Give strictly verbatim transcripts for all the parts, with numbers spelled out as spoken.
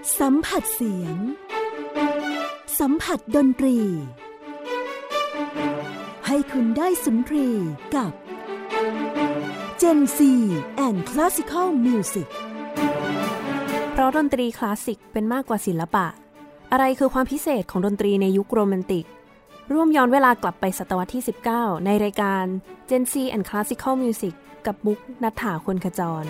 สัมผัสเสียงสัมผัสดนตรีให้คุณได้สุนทรีกับ Gen ซี and Classical Music เพราะดนตรีคลาสสิกเป็นมากกว่าศิลปะอะไรคือความพิเศษของดนตรีในยุคโรแมนติกร่วมย้อนเวลากลับไปศตวรรษที่สิบเก้าในรายการ Gen ซี and Classical Music กับมุกณัฐฐา คนขจร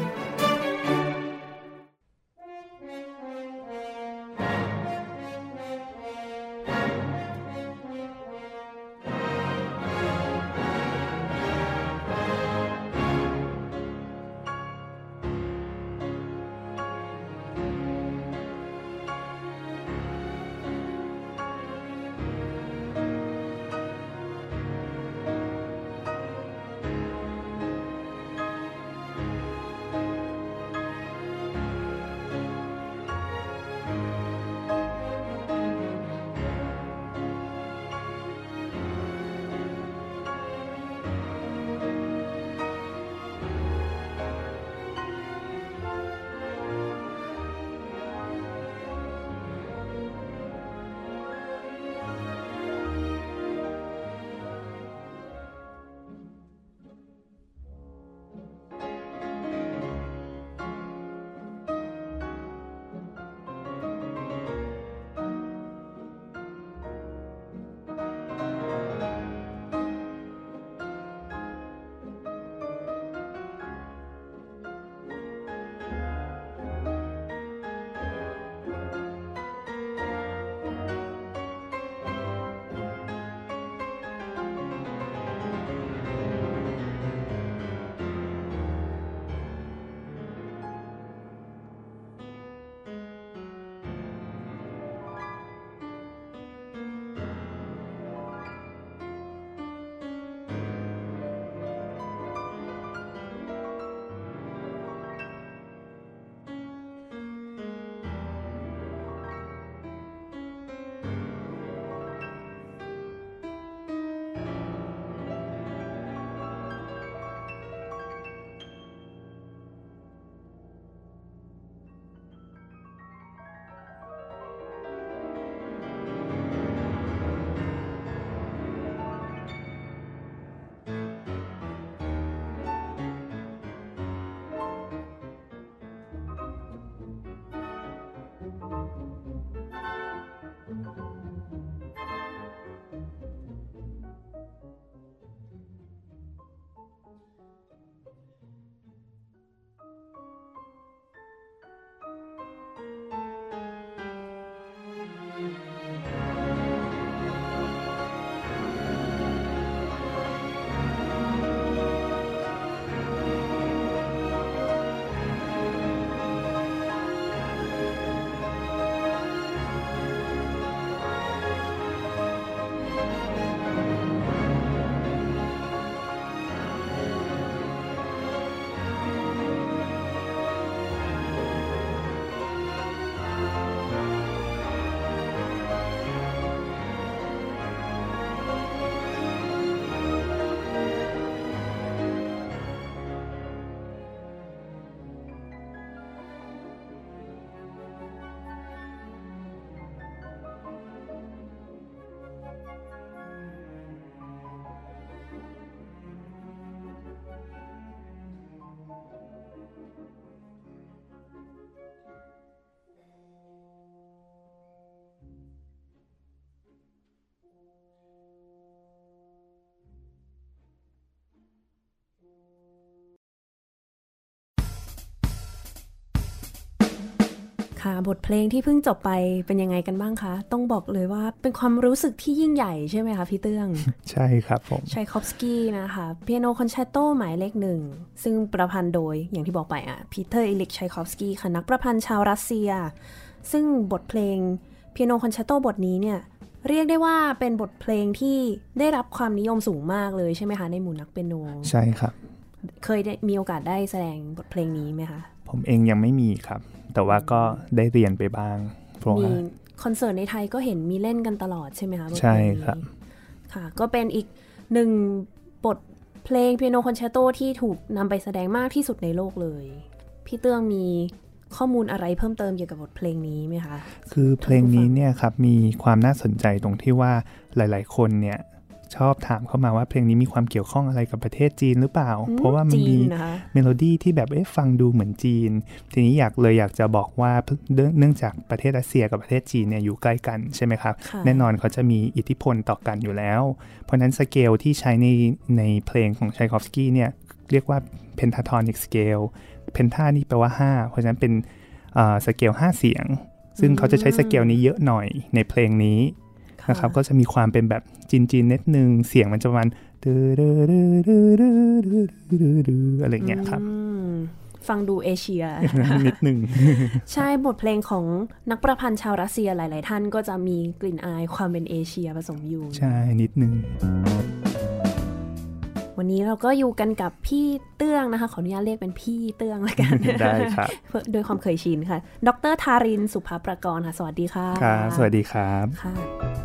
ค่ะบทเพลงที่เพิ่งจบไปเป็นยังไงกันบ้างคะต้องบอกเลยว่าเป็นความรู้สึกที่ยิ่งใหญ่ใช่ไหมคะพี่เตื้องใช่ครับผมชัยคอฟสกี้นะคะเปียโนคอนแชตโตหมายเลขหนึ่งซึ่งประพันธ์โดยอย่างที่บอกไปอ่ะปีเตอร์อิลิกชัยคอฟสกี้ค่ะนักประพันธ์ชาวรัสเซียซึ่งบทเพลงเปียโนคอนแชตโตบทนี้เนี่ยเรียกได้ว่าเป็นบทเพลงที่ได้รับความนิยมสูงมากเลยใช่ไหมคะในหมู่นักเปียโนใช่ครับเคยได้มีโอกาสได้แสดงบทเพลงนี้ไหมคะผมเองยังไม่มีครับแต่ว่าก็ได้เรียนไปบ้างเพราะว่ามีคอนเสิร์ตในไทยก็เห็นมีเล่นกันตลอดใช่ไหมคะใช่ครับค่ะก็เป็นอีกหนึ่งบทเพลงเปียโนคอนแชตโตที่ถูกนำไปแสดงมากที่สุดในโลกเลยพี่เตื้องมีข้อมูลอะไรเพิ่มเติมเกี่ยวกับบทเพลงนี้ไหมคะคือเพลงนี้เนี่ยครับมีความน่าสนใจตรงที่ว่าหลายๆคนเนี่ยชอบถามเข้ามาว่าเพลงนี้มีความเกี่ยวข้องอะไรกับประเทศจีนหรือเปล่าเพราะว่ามันมีเมโลดี้ที่แบบเอ๊ะฟังดูเหมือนจีนทีนี้อยากเลยอยากจะบอกว่าเนื่องจากประเทศรัสเซียกับประเทศจีนเนี่ยอยู่ใกล้กันใช่ไหมครับแน่นอนเขาจะมีอิทธิพลต่อกันอยู่แล้วเพราะนั้นสเกลที่ใช้ในในเพลงของไชคอฟสกี้เนี่ยเรียกว่า pentatonic scale เพนทานี่แปลว่าห้าเพราะฉะนั้นเป็นสเกลห้าเสียงซึ่งเขาจะใช้สเกลนี้เยอะหน่อยในเพลงนี้นะครับก็จะมีความเป็นแบบจีนจีนนิดนึงเสียงมันจะประมาณอะไรเงี้ยครับฟังดูเอเชียนิดนึงใช่บทเพลงของนักประพันธ์ชาวรัสเซียหลายๆท่านก็จะมีกลิ่นอายความเป็นเอเชียผสมอยู่ใช่นิดนึงวันนี้เราก็อยู่กันกับพี่เตื้องนะคะขออนุญาตเรียกเป็นพี่เตื้องแล้วกันได้ครับโดยความเคยชินค่ะดร.ธารินทร์สุภประกรณ์ค่ะสวัสดีค่ะครับสวัสดีครับค่ะ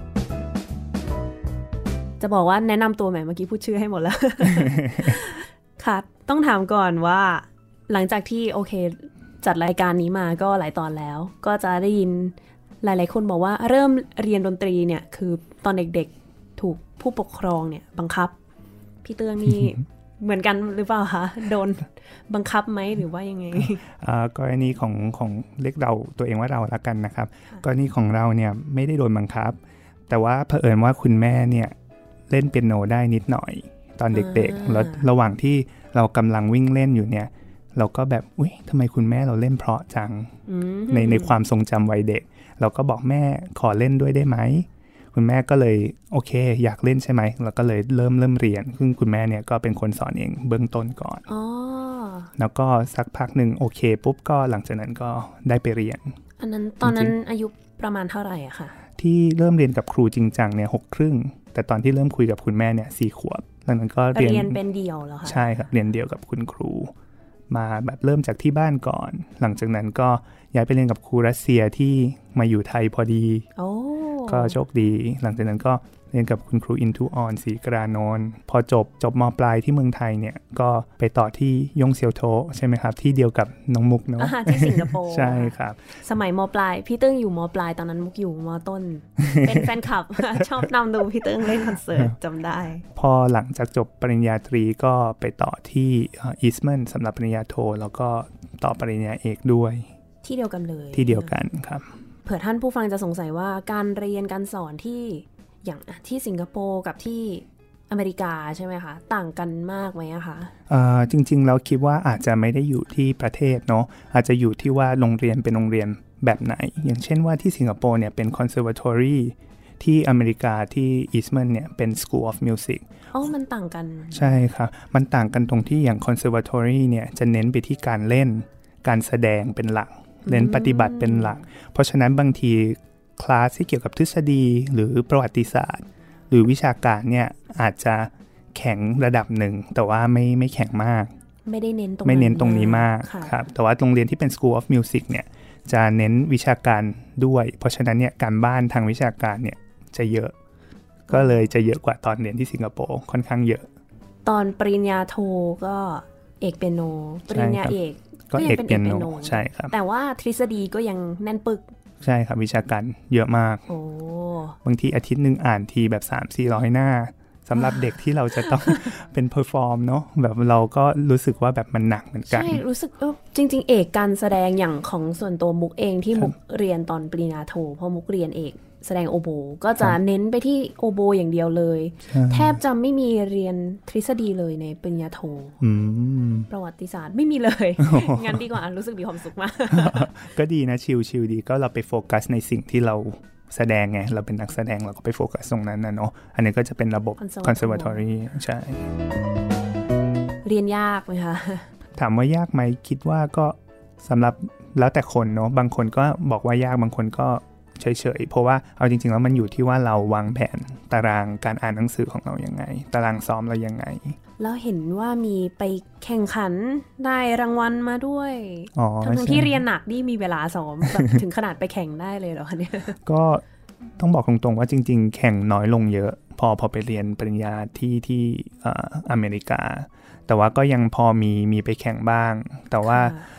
จะบอกว่าแนะนำตัวใหม่เมื่อกี้พูดชื่อให้หมดแล้ว ค่ะต้องถามก่อนว่าหลังจากที่โอเคจัดรายการนี้มาก็หลายตอนแล้วก็จะได้ยินหลายๆคนบอกว่าเริ่มเรียนดนตรีเนี่ยคือตอนเด็กๆถูกผู้ปกครองเนี่ยบังคับพี่เตื้องนี่เหมือนกันหรือเปล่าคะโดนบังคับไหมหรือว่ายังไงกรณีของของเรียกเราตัวเองว่าเราละกันนะครับกรณีของเราเนี่ยไม่ได้โดนบังคับแต่ว่าเผอิญว่าคุณแม่เนี่ยเล่นเปียโนได้นิดหน่อยตอนเด็กๆแล้วระหว่างที่เรากำลังวิ่งเล่นอยู่เนี่ยเราก็แบบอุ๊ยทำไมคุณแม่เราเล่นเพราะจังในในความทรงจำวัยเด็กเราก็บอกแม่ขอเล่นด้วยได้ไหมคุณแม่ก็เลยโอเคอยากเล่นใช่ไหมเราก็เลยเริ่มเริ่มเรียนซึ่งคุณแม่เนี่ยก็เป็นคนสอนเองเบื้องต้นก่อนแล้วก็สักพักหนึ่งโอเคปุ๊บก็หลังจากนั้นก็ได้ไปเรียนอันนั้นตอนนั้นอายุประมาณเท่าไหร่อะคะที่เริ่มเรียนกับครูจริงจังเนี่ยหกครึ่งแต่ตอนที่เริ่มคุยกับคุณแม่เนี่ยสี่ขวบแล้วนั้นก็เรียนเรียนเป็นเดี่ยวเหรอคะใช่ครับเรียนเดี่ยวกับคุณครูมาแบบเริ่มจากที่บ้านก่อนหลังจากนั้นก็ย้ายไปเรียนกับครูรัสเซียที่มาอยู่ไทยพอดีก็โชคดีหลังจากนั้นก็เรียนกับคุณครูอินทูออนศรีกรานนท์พอจบจบม.ปลายที่เมืองไทยเนี่ยก็ไปต่อที่ยงเซียวโทใช่ไหมครับที่เดียวกับน้องมุกเนาะที่สิงคโปร์ใช่ครับสมัยม.ปลายพี่เติ้งอยู่ม.ปลายตอนนั้นมุกอยู่ม.ต้น เป็นแฟนคลับ ชอบนำดูพี่เติ้งเล่นคอนเสิร์ตจำได้พอหลังจากจบปริญญาตรีก็ไปต่อที่อีสต์แมนสำหรับปริญญาโทแล้วก็ต่อปริญญาเอกด้วยที่เดียวกันเลยที่เดียวกันครับเผื่อท่านผู้ฟังจะสงสัยว่าการเรียนการสอนที่อย่างที่สิงคโปร์กับที่อเมริกาใช่ไหมคะต่างกันมากไหมอะคะอ่าจริงๆเราคิดว่าอาจจะไม่ได้อยู่ที่ประเทศเนาะอาจจะอยู่ที่ว่าโรงเรียนเป็นโรงเรียนแบบไหนอย่างเช่นว่าที่สิงคโปร์เนี่ยเป็น conservatory ที่อเมริกาที่ Eastman เนี่ยเป็น School of Music อ๋อมันต่างกันใช่ครับมันต่างกันตรงที่อย่าง conservatory เนี่ยจะเน้นไปที่การเล่นการแสดงเป็นหลักเน้นปฏิบัติเป็นหลักเพราะฉะนั้นบางทีคลาสที่เกี่ยวกับทฤษฎีหรือประวัติศาสตร์หรือวิชาการเนี่ยอาจจะแข็งระดับหนึ่งแต่ว่าไม่ไม่แข็งมากไม่ได้เน้นตรงไม่เน้นตรงนี้มากครับแต่ว่าโรงเรียนที่เป็น School of Music เนี่ยจะเน้นวิชาการด้วยเพราะฉะนั้นเนี่ยการบ้านทางวิชาการเนี่ยจะเยอะก็เลยจะเยอะกว่าตอนเรียนที่สิงคโปร์ค่อนข้างเยอะตอนปริญญาโทก็เอกเปียโนปริญญาเอกก็เอกเปียโนใช่ครับแต่ว่าทฤษฎีก็ยังแน่นปึกใช่ครับวิชาการเยอะมากโอ้บางทีอาทิตย์นึงอ่านทีแบบ สามถึงสี่ร้อย หน้าสำหรับเด็กที่เราจะต้อง เป็นเพอร์ฟอร์มเนาะแบบเราก็รู้สึกว่าแบบมันหนักเหมือนกันใช่รู้สึกเออจริงๆเอกการแสดงอย่างของส่วนตัวมุกเองที่มุกเรียนตอนปริญญาโทเพราะมุกเรียนเอกแสดงโอโบก็จะเน้นไปที่โอโบอย่างเดียวเลยแทบจะไม่มีเรียนทฤษฎีเลยในปริญญาโทประวัติศาสตร์ไม่มีเลยงั้นดีกว่ารู้สึกมีความสุขมากก็ดีนะชิลๆดีก็เราไปโฟกัสในสิ่งที่เราแสดงไงเราเป็นนักแสดงเราก็ไปโฟกัสตรงนั้นนะเนาะอันนี้ก็จะเป็นระบบ conservatory ใช่เรียนยากไหมคะถามว่ายากไหมคิดว่าก็สำหรับแล้วแต่คนเนาะบางคนก็บอกว่ายากบางคนก็เฉยๆเพราะว่าเอาจริงๆแล้วมันอยู่ที่ว่าเราวางแผนตารางการอ่านหนังสือของเรายังไงตารางซ้อมเรายังไงแล้วเห็นว่ามีไปแข่งขันได้รางวัลมาด้วยทั้งที่เรียนหนักนี่มีเวลาซ้อมแบบถึงขนาดไปแข่งได้เลยเหรอคะเนี่ยก็ต้องบอกตรงๆว่าจริงๆแข่งน้อยลงเยอะพอพอไปเรียนปริญญาที่ที่อเมริกาแต่ว่าก็ยังพอมีมีไปแข่งบ้างแต่ว่า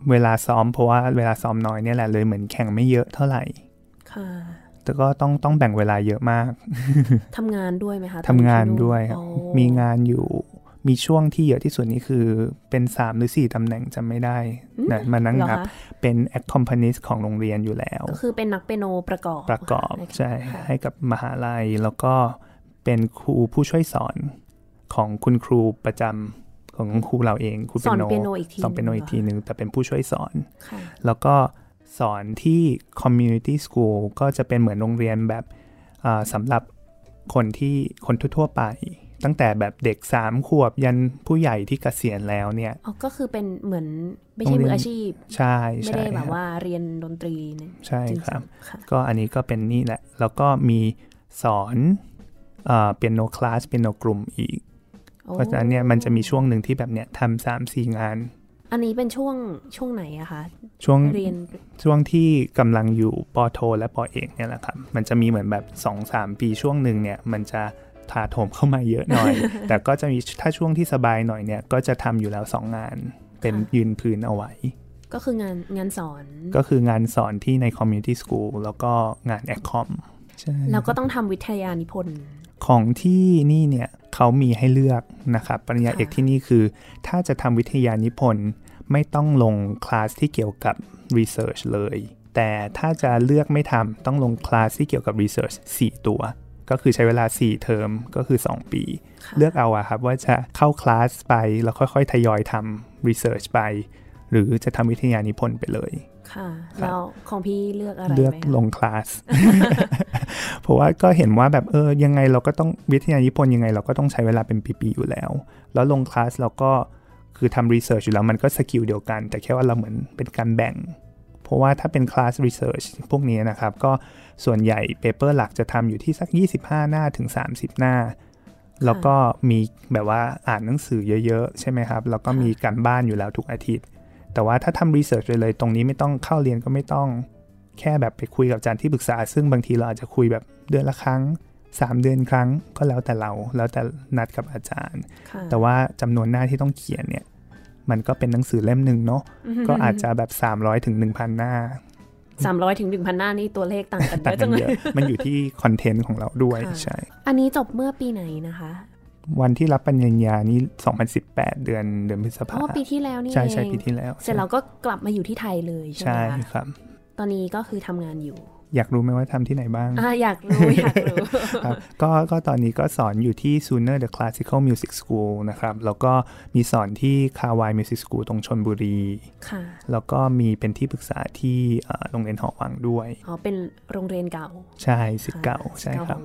เวลาซ้อมเพราะว่าเวลาซ้อมน้อยเนี่ยแหละเลยเหมือนแข่งไม่เยอะเท่าไหร่ค่ะแต่ก็ต้องต้องแบ่งเวลาเยอะมากทำงานด้วยไหมคะทำงานด้วยครับมีงานอยู่มีช่วงที่เยอะที่สุดนี่คือเป็นสามหรือสี่ตำแหน่งจำไม่ได้นะมานั่งนับเป็น accompanist ของโรงเรียนอยู่แล้วก็คือเป็นนักเปียโนประกอบประกอบใช่ให้กับมหาลัยแล้วก็เป็นครูผู้ช่วยสอนของคุณครูประจำของครูเราเองครูเปียโนสอนเปียโนอีกทีสอนเปียโนอีกทีนึงแต่เป็นผู้ช่วยสอนแล้วก็สอนที่ community school ก็จะเป็นเหมือนโรงเรียนแบบสำหรับคนที่คนทั่วๆไปตั้งแต่แบบเด็กสามขวบยันผู้ใหญ่ที่เกษียณแล้วเนี่ยอ๋อก็คือเป็นเหมือนไม่ใช่มืออาชีพใช่ไม่ได้แบบว่าเรียนดนตรีใช่ครับก็อันนี้ก็เป็นนี่แหละแล้วก็มีสอนเอ่อเปียโนคลาสเปียโนกลุ่มอีกเพราะฉะนั้นเนี่ยมันจะมีช่วงหนึ่งที่แบบเนี้ยทำสามสี่งานอันนี้เป็นช่วงช่วงไหนอะคะช่วงเรียนช่วงที่กำลังอยู่ป.โทและป.เอกเนี่ยแหละครับมันจะมีเหมือนแบบ สองถึงสาม ปีช่วงหนึ่งเนี่ยมันจะถาโถมเข้ามาเยอะหน่อย แต่ก็จะมีถ้าช่วงที่สบายหน่อยเนี่ยก็จะทำอยู่แล้วสองงานเป็นยืนพื้นเอาไว้ก็คืองานงานสอนก็คืองานสอนที่ใน community school แล้วก็งาน accom ใช่แล้วก็ต้องทำวิทยานิพนธ์ของที่นี่เนี่ยเขามีให้เลือกนะครับปริญญาเอกที่นี่คือถ้าจะทำวิทยานิพนธ์ไม่ต้องลงคลาสที่เกี่ยวกับ research เลยแต่ถ้าจะเลือกไม่ทำต้องลงคลาสที่เกี่ยวกับ research สี่ตัวก็คือใช้เวลาสี่เทอมก็คือสองปีเลือกเอาอะครับว่าจะเข้าคลาสไปแล้วค่อยๆทยอยทำ research ไปหรือจะทำวิทยานิพนธ์ไปเลยค่ะแล้วของพี่เลือกอะไรเลือกลงคลาส เพราะว่าก็เห็นว่าแบบเออยังไงเราก็ต้องวิทยานิพนธ์ยังไงเราก็ต้องใช้เวลาเป็นปีๆอยู่แล้วแล้วลงคลาสเราก็คือทำ research อยู่แล้วมันก็สกิลเดียวกันแต่แค่ว่าเราเหมือนเป็นการแบ่งเพราะว่าถ้าเป็นคลาส research พวกนี้นะครับก็ส่วนใหญ่เปเปอร์หลักจะทำอยู่ที่สักยี่สิบห้าหน้าถึงสามสิบหน้าแล้วก็มีแบบว่าอ่านหนังสือเยอะๆใช่ไหมครับแล้วก็มีการบ้านอยู่แล้วทุกอาทิตย์แต่ว่าถ้าทำ research ไปเลยตรงนี้ไม่ต้องเข้าเรียนก็ไม่ต้องแค่แบบไปคุยกับอาจารย์ที่ปรึกษาซึ่งบางทีเราอาจจะคุยแบบเดือนละครั้งสามเดือนครั้งก็แล้วแต่เราแล้วแต่นัดกับอาจารย์แต่ว่าจำนวนหน้าที่ต้องเขียนเนี่ยมันก็เป็นหนังสือเล่มนึงเนาะก็อาจจะแบบสามร้อยถึง หนึ่งพัน หน้าสามร้อยถึง หนึ่งพัน หน้านี่ตัวเลขต่างกันเยอะจังเลยมันอยู่ที่คอนเทนต์ของเราด้วยใช่อันนี้จบเมื่อปีไหนนะคะวันที่รับปริญญานี่สองพันสิบแปดเดือนเดือนพฤษภาคมอ๋อปีที่แล้วนี่ใช่ใช่ปีที่แล้วเสร็จแล้วก็กลับมาอยู่ที่ไทยเลยใช่ไหมคะใช่ครับตอนนี้ก็คือทำงานอยู่อยากรู้ไหมว่าทำที่ไหนบ้างอ่าอยากรู้อยากรู้ครับก็ก็ตอนนี้ก็สอนอยู่ที่ Suner The Classical Music School นะครับแล้วก็มีสอนที่ Kawai Music School ตรงชลบุรีค่ะแล้วก็มีเป็นที่ปรึกษาที่โรงเรียนหอวังด้วยอ๋อเป็นโรงเรียนเก่าใช่ศิษย์เก่าใช่ครับ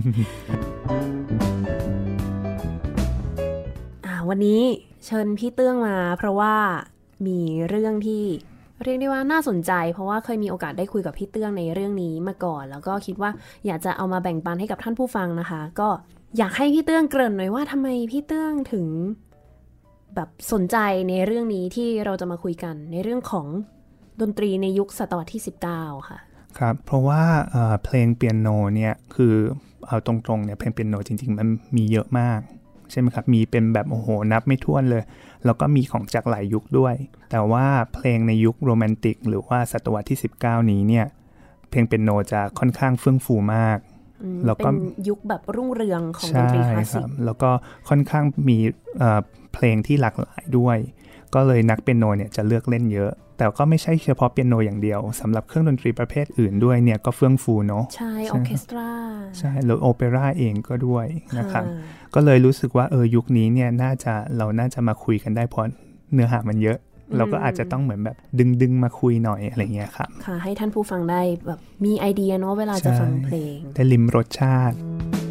วันนี้เชิญพี่เตื้องมาเพราะว่ามีเรื่องที่เรียกได้ว่าน่าสนใจเพราะว่าเคยมีโอกาสได้คุยกับพี่เตื้องในเรื่องนี้มาก่อนแล้วก็คิดว่าอยากจะเอามาแบ่งปันให้กับท่านผู้ฟังนะคะก็อยากให้พี่เตื้องเกริ่นหน่อยว่าทำไมพี่เตื้องถึงแบบสนใจในเรื่องนี้ที่เราจะมาคุยกันในเรื่องของดนตรีในยุคศตวรรษที่สิบเก้าค่ะครับเพราะว่าเพลงเปียโนเนี่ยคือเอาตรงๆเนี่ยเพลงเปียโนจริงๆมันมีเยอะมากใช่ไหมครับมีเป็นแบบโอ้โหนับไม่ถ้วนเลยแล้วก็มีของจากหลายยุคด้วยแต่ว่าเพลงในยุคโรแมนติกหรือว่าศตวรรษที่สิบเก้านี้เนี่ยเพลงเปียโนจะค่อนข้างเฟื่องฟูมากแล้วก็เป็นยุคแบบรุ่งเรืองของดนตรีคลาสสิกแล้วก็ค่อนข้างมีเพลงที่หลากหลายด้วยก็เลยนักเปียโนเนี่ยจะเลือกเล่นเยอะแต่ก็ไม่ใช่เฉพาะเปียโนอย่างเดียวสำหรับเครื่องดนตรีประเภทอื่นด้วยเนี่ยก็เฟื่องฟูเนาะใช่ออเคสตราใช่แล้วโอเปร่าเองก็ด้วยนะครับก็เลยรู้สึกว่าเออยุคนี้เนี่ยน่าจะเราน่าจะมาคุยกันได้เพราะเนื้อหามันเยอะเราก็อาจจะต้องเหมือนแบบดึงดึงมาคุยหน่อยอะไรเงี้ยครับค่ะให้ท่านผู้ฟังได้แบบมีไอเดียเนาะเวลาจะฟังเพลงได้ลิ้มรสชาติ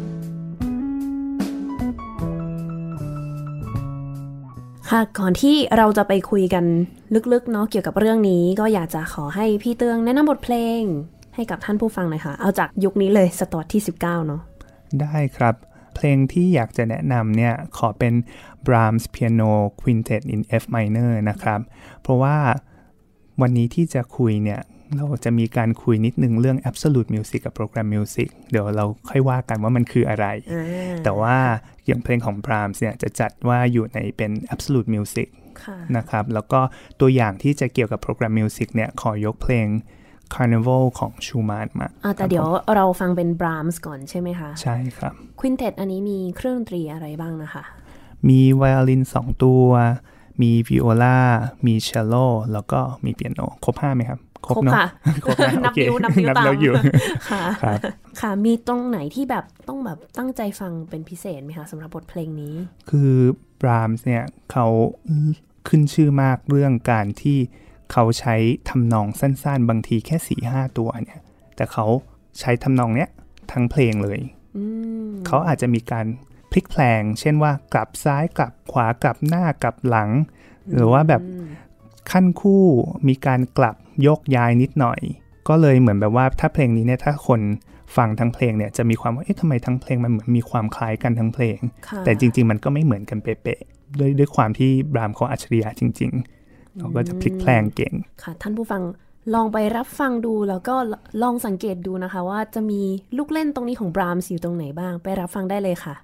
ค่ะก่อนที่เราจะไปคุยกันลึกๆเนาะเกี่ยวกับเรื่องนี้ก็อยากจะขอให้พี่เตืองแนะนำบทเพลงให้กับท่านผู้ฟังหน่อยค่ะเอาจากยุคนี้เลยศตวรรษที่สิบเก้าเนาะได้ครับเพลงที่อยากจะแนะนำเนี่ยขอเป็น Brahms Piano Quintet in F minor นะครับเพราะว่าวันนี้ที่จะคุยเนี่ยเราจะมีการคุยนิดนึงเรื่อง Absolute Music กับ Program Music เดี๋ยวเราค่อยว่ากันว่ามันคืออะไรแต่ว่าอย่างเพลงของ Brahms เนี่ยจะจัดว่าอยู่ในเป็น Absolute Music นะครับแล้วก็ตัวอย่างที่จะเกี่ยวกับโปรแกรมมิวสิกเนี่ยขอยกเพลง Carnival ของชูมานมาแต่เดี๋ยวเราฟังเป็น Brahms ก่อนใช่ไหมคะใช่ครับ Quintet อันนี้มีเครื่องดนตรีอะไรบ้างนะคะมีไวโอลินสองตัวมีวิโอลามีเชลโลแล้วก็มีเปียโนครบห้าไหมครับครบค่ะครบนับนิ้วนับนิ้วตามอยู่ค่ะค่ะมีตรงไหนที่แบบต้องแบบตั้งใจฟังเป็นพิเศษไหมคะสำหรับบทเพลงนี้คือบรามส์เนี่ยเขาขึ้นชื่อมากเรื่องการที่เขาใช้ทำนองสั้นๆบางทีแค่ สี่ห้า ตัวเนี่ยแต่เขาใช้ทำนองเนี้ยทั้งเพลงเลยเขาอาจจะมีการพลิกแพลงเช่นว่ากลับซ้ายกลับขวากลับหน้ากลับหลังหรือว่าแบบขั้นคู่มีการกลับยกย้ายนิดหน่อยก็เลยเหมือนแบบว่าถ้าเพลงนี้เนี่ยถ้าคนฟังทั้งเพลงเนี่ยจะมีความว่าเอ๊ะทำไมทั้งเพลงมันเหมือนมีความคล้ายกันทั้งเพลงแต่จริงๆมันก็ไม่เหมือนกันเป๊ะๆด้วยด้วยความที่บรามเขาอัจฉริยะจริงๆเขาก็จะพลิกแพลงเก่งค่ะท่านผู้ฟังลองไปรับฟังดูแล้วก็ลองสังเกตดูนะคะว่าจะมีลูกเล่นตรงนี้ของบรามส์อยู่ตรงไหนบ้างไปรับฟังได้เลยค่ะ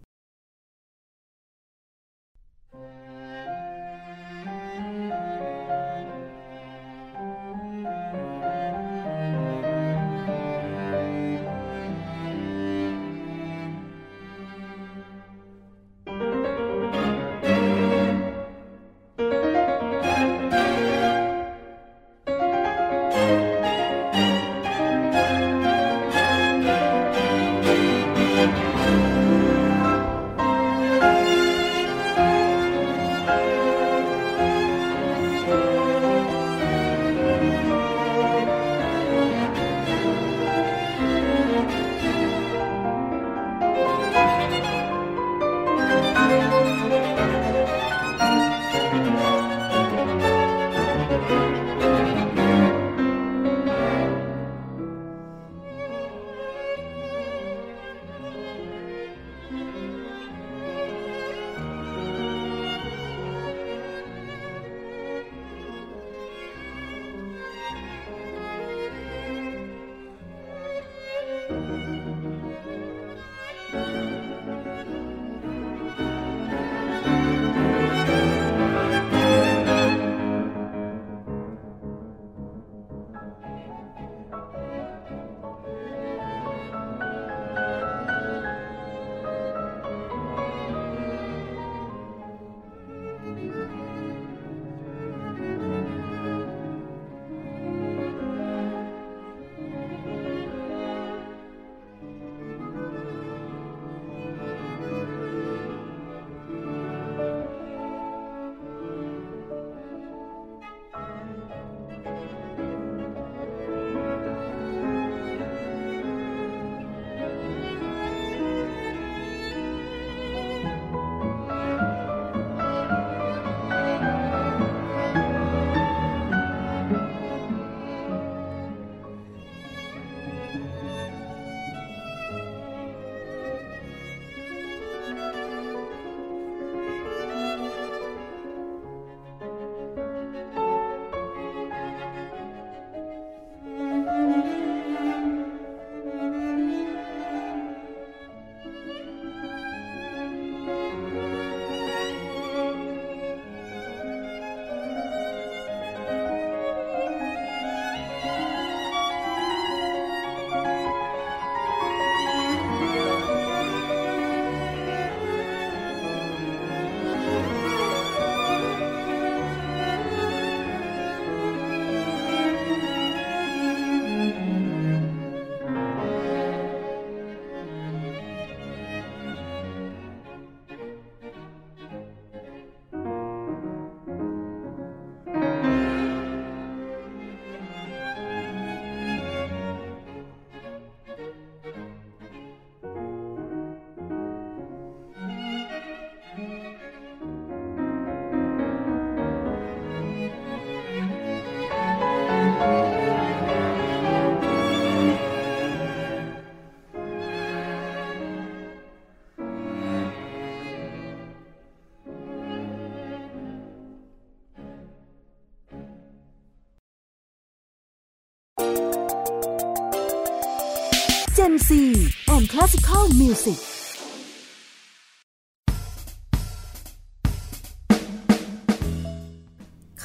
Gen Z and Classical Music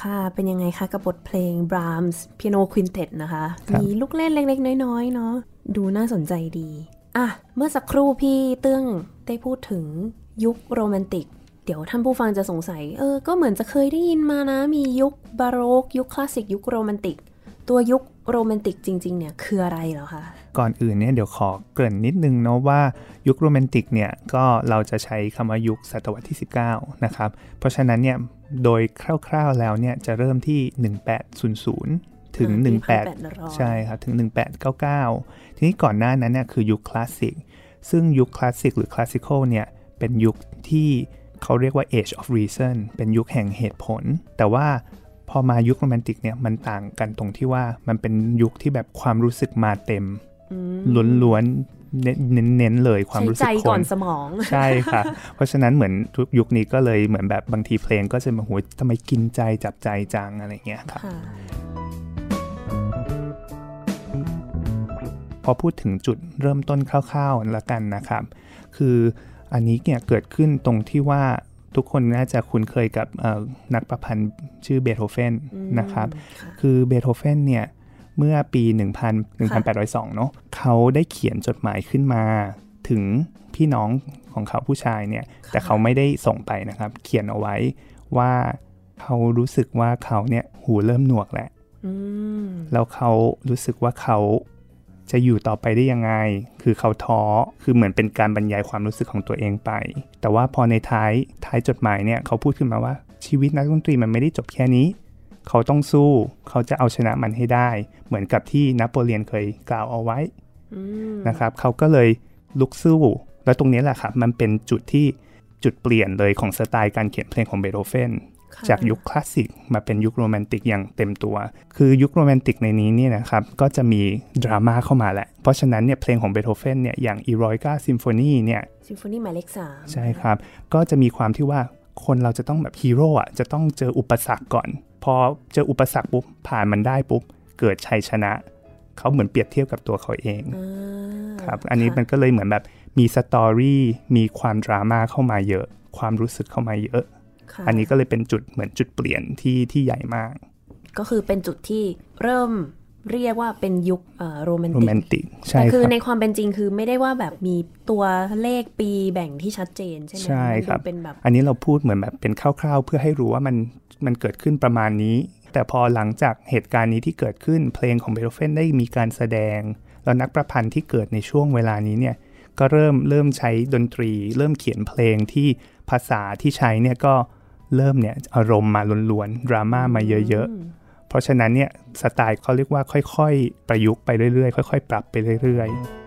ค่ะเป็นยังไงคะกับบทเพลง Brahms Piano Quintet นะคะมีลูกเล่นเล็กๆน้อยๆเนาะดูน่าสนใจดีอ่ะเมื่อสักครู่พี่เตื้องได้พูดถึงยุคโรแมนติกเดี๋ยวท่านผู้ฟังจะสงสัยเออก็เหมือนจะเคยได้ยินมานะมียุคบาโรกยุคคลาสสิกยุคโรแมนติกตัวยุคโรแมนติกจริงๆเนี่ยคืออะไรเหรอคะก่อนอื่นเนี่ยเดี๋ยวขอเกริ่นนิดนึงเนาะว่ายุคโรแมนติกเนี่ยก็เราจะใช้คำว่ายุคศตวรรษที่สิบเก้านะครับเพราะฉะนั้นเนี่ยโดยคร่าวๆแล้วเนี่ยจะเริ่มที่หนึ่งพันแปดร้อยถึงหนึ่งพันแปดร้อยใช่ครับถึงหนึ่งพันแปดร้อยเก้าสิบเก้าทีนี้ก่อนหน้านั้นเนี่ยคือยุคคลาสสิกซึ่งยุคคลาสสิกหรือคลาสสิคอลเนี่ยเป็นยุคที่เขาเรียกว่า age of reason เป็นยุคแห่งเหตุผลแต่ว่าพอมายุคโรแมนติกเนี่ยมันต่างกันตรงที่ว่ามันเป็นยุคที่แบบความรู้สึกมาเต็มล้วนๆเน้นๆเลยความรู้สึกคนใช้ใจก่อนสมองใช่ค่ะเพราะฉะนั้นเหมือนทุกยุคนี้ก็เลยเหมือนแบบบางทีเพลงก็จะมาโหทำไมกินใจจับใจจังอะไรเงี้ยครับพอพูดถึงจุดเริ่มต้นคร่าวๆละกันนะครับคืออันนี้เนี่ยเกิดขึ้นตรงที่ว่าทุกคนน่าจะคุ้นเคยกับนักประพันธ์ชื่อเบโธเฟนนะครับคือเบโธเฟนเนี่ยเมื่อปีหนึ่งพันแปดร้อยสองเนาะเขาได้เขียนจดหมายขึ้นมาถึงพี่น้องของเขาผู้ชายเนี่ยแต่เขาไม่ได้ส่งไปนะครับเขียนเอาไว้ว่าเขารู้สึกว่าเขาเนี่ยหูเริ่มหนวกแล้วแล้วเขารู้สึกว่าเขาจะอยู่ต่อไปได้ยังไงคือเขาท้อคือเหมือนเป็นการบรรยายความรู้สึกของตัวเองไปแต่ว่าพอในท้ายท้ายจดหมายเนี่ยเขาพูดขึ้นมาว่าชีวิตนักดนตรีมันไม่ได้จบแค่นี้เขาต้องสู้เขาจะเอาชนะมันให้ได้เหมือนกับที่นโปเลียนเคยกล่าวเอาไว้นะครับเขาก็เลยลุกสู้แล้วตรงนี้แหละครับมันเป็นจุดที่จุดเปลี่ยนเลยของสไตล์การเขียนเพลงของเบโธเฟนจากยุคคลาสสิกมาเป็นยุคโรแมนติกอย่างเต็มตัวคือยุคโรแมนติกในนี้เนี่ยนะครับก็จะมีดราม่าเข้ามาแหละเพราะฉะนั้นเนี่ยเพลงของเบโธเฟนเนี่ยอย่าง Eroica Symphony เนี่ยซิมโฟนีหมายเลขสามใช่ครับก็จะมีความที่ว่าคนเราจะต้องแบบฮีโร่อ่ะจะต้องเจออุปสรรคก่อนพอเจออุปสรรคปุ๊บผ่านมันได้ปุ๊บเกิดชัยชนะเขาเหมือนเปรียบเทียบกับตัวเขาเองครับอันนี้มันก็เลยเหมือนแบบมีสตอรี่มีความดราม่าเข้ามาเยอะความรู้สึกเข้ามาเยอะอันนี้ก็เลยเป็นจุดเหมือนจุดเปลี่ยนที่ที่ใหญ่มากก็คือเป็นจุดที่เริ่มเรียกว่าเป็นยุคโรแมนติกแต่คือในความเป็นจริงคือไม่ได้ว่าแบบมีตัวเลขปีแบ่งที่ชัดเจนใช่ไหมใช่ครับเป็นแบบอันนี้เราพูดเหมือนแบบเป็นคร่าวๆเพื่อให้รู้ว่ามันมันเกิดขึ้นประมาณนี้แต่พอหลังจากเหตุการณ์นี้ที่เกิดขึ้นเพลงของเบโธเฟนได้มีการแสดงแล้วนักประพันธ์ที่เกิดในช่วงเวลานี้เนี่ยก็เริ่มเริ่มใช้ดนตรีเริ่มเขียนเพลงที่ภาษาที่ใช้เนี่ยก็เริ่มเนี่ยอารมณ์มาล้วนๆดราม่ามาเยอะๆเพราะฉะนั้นเนี่ยสไตล์เขาเรียกว่าค่อยๆประยุกต์ไปเรื่อยๆค่อยๆปรับไปเรื่อย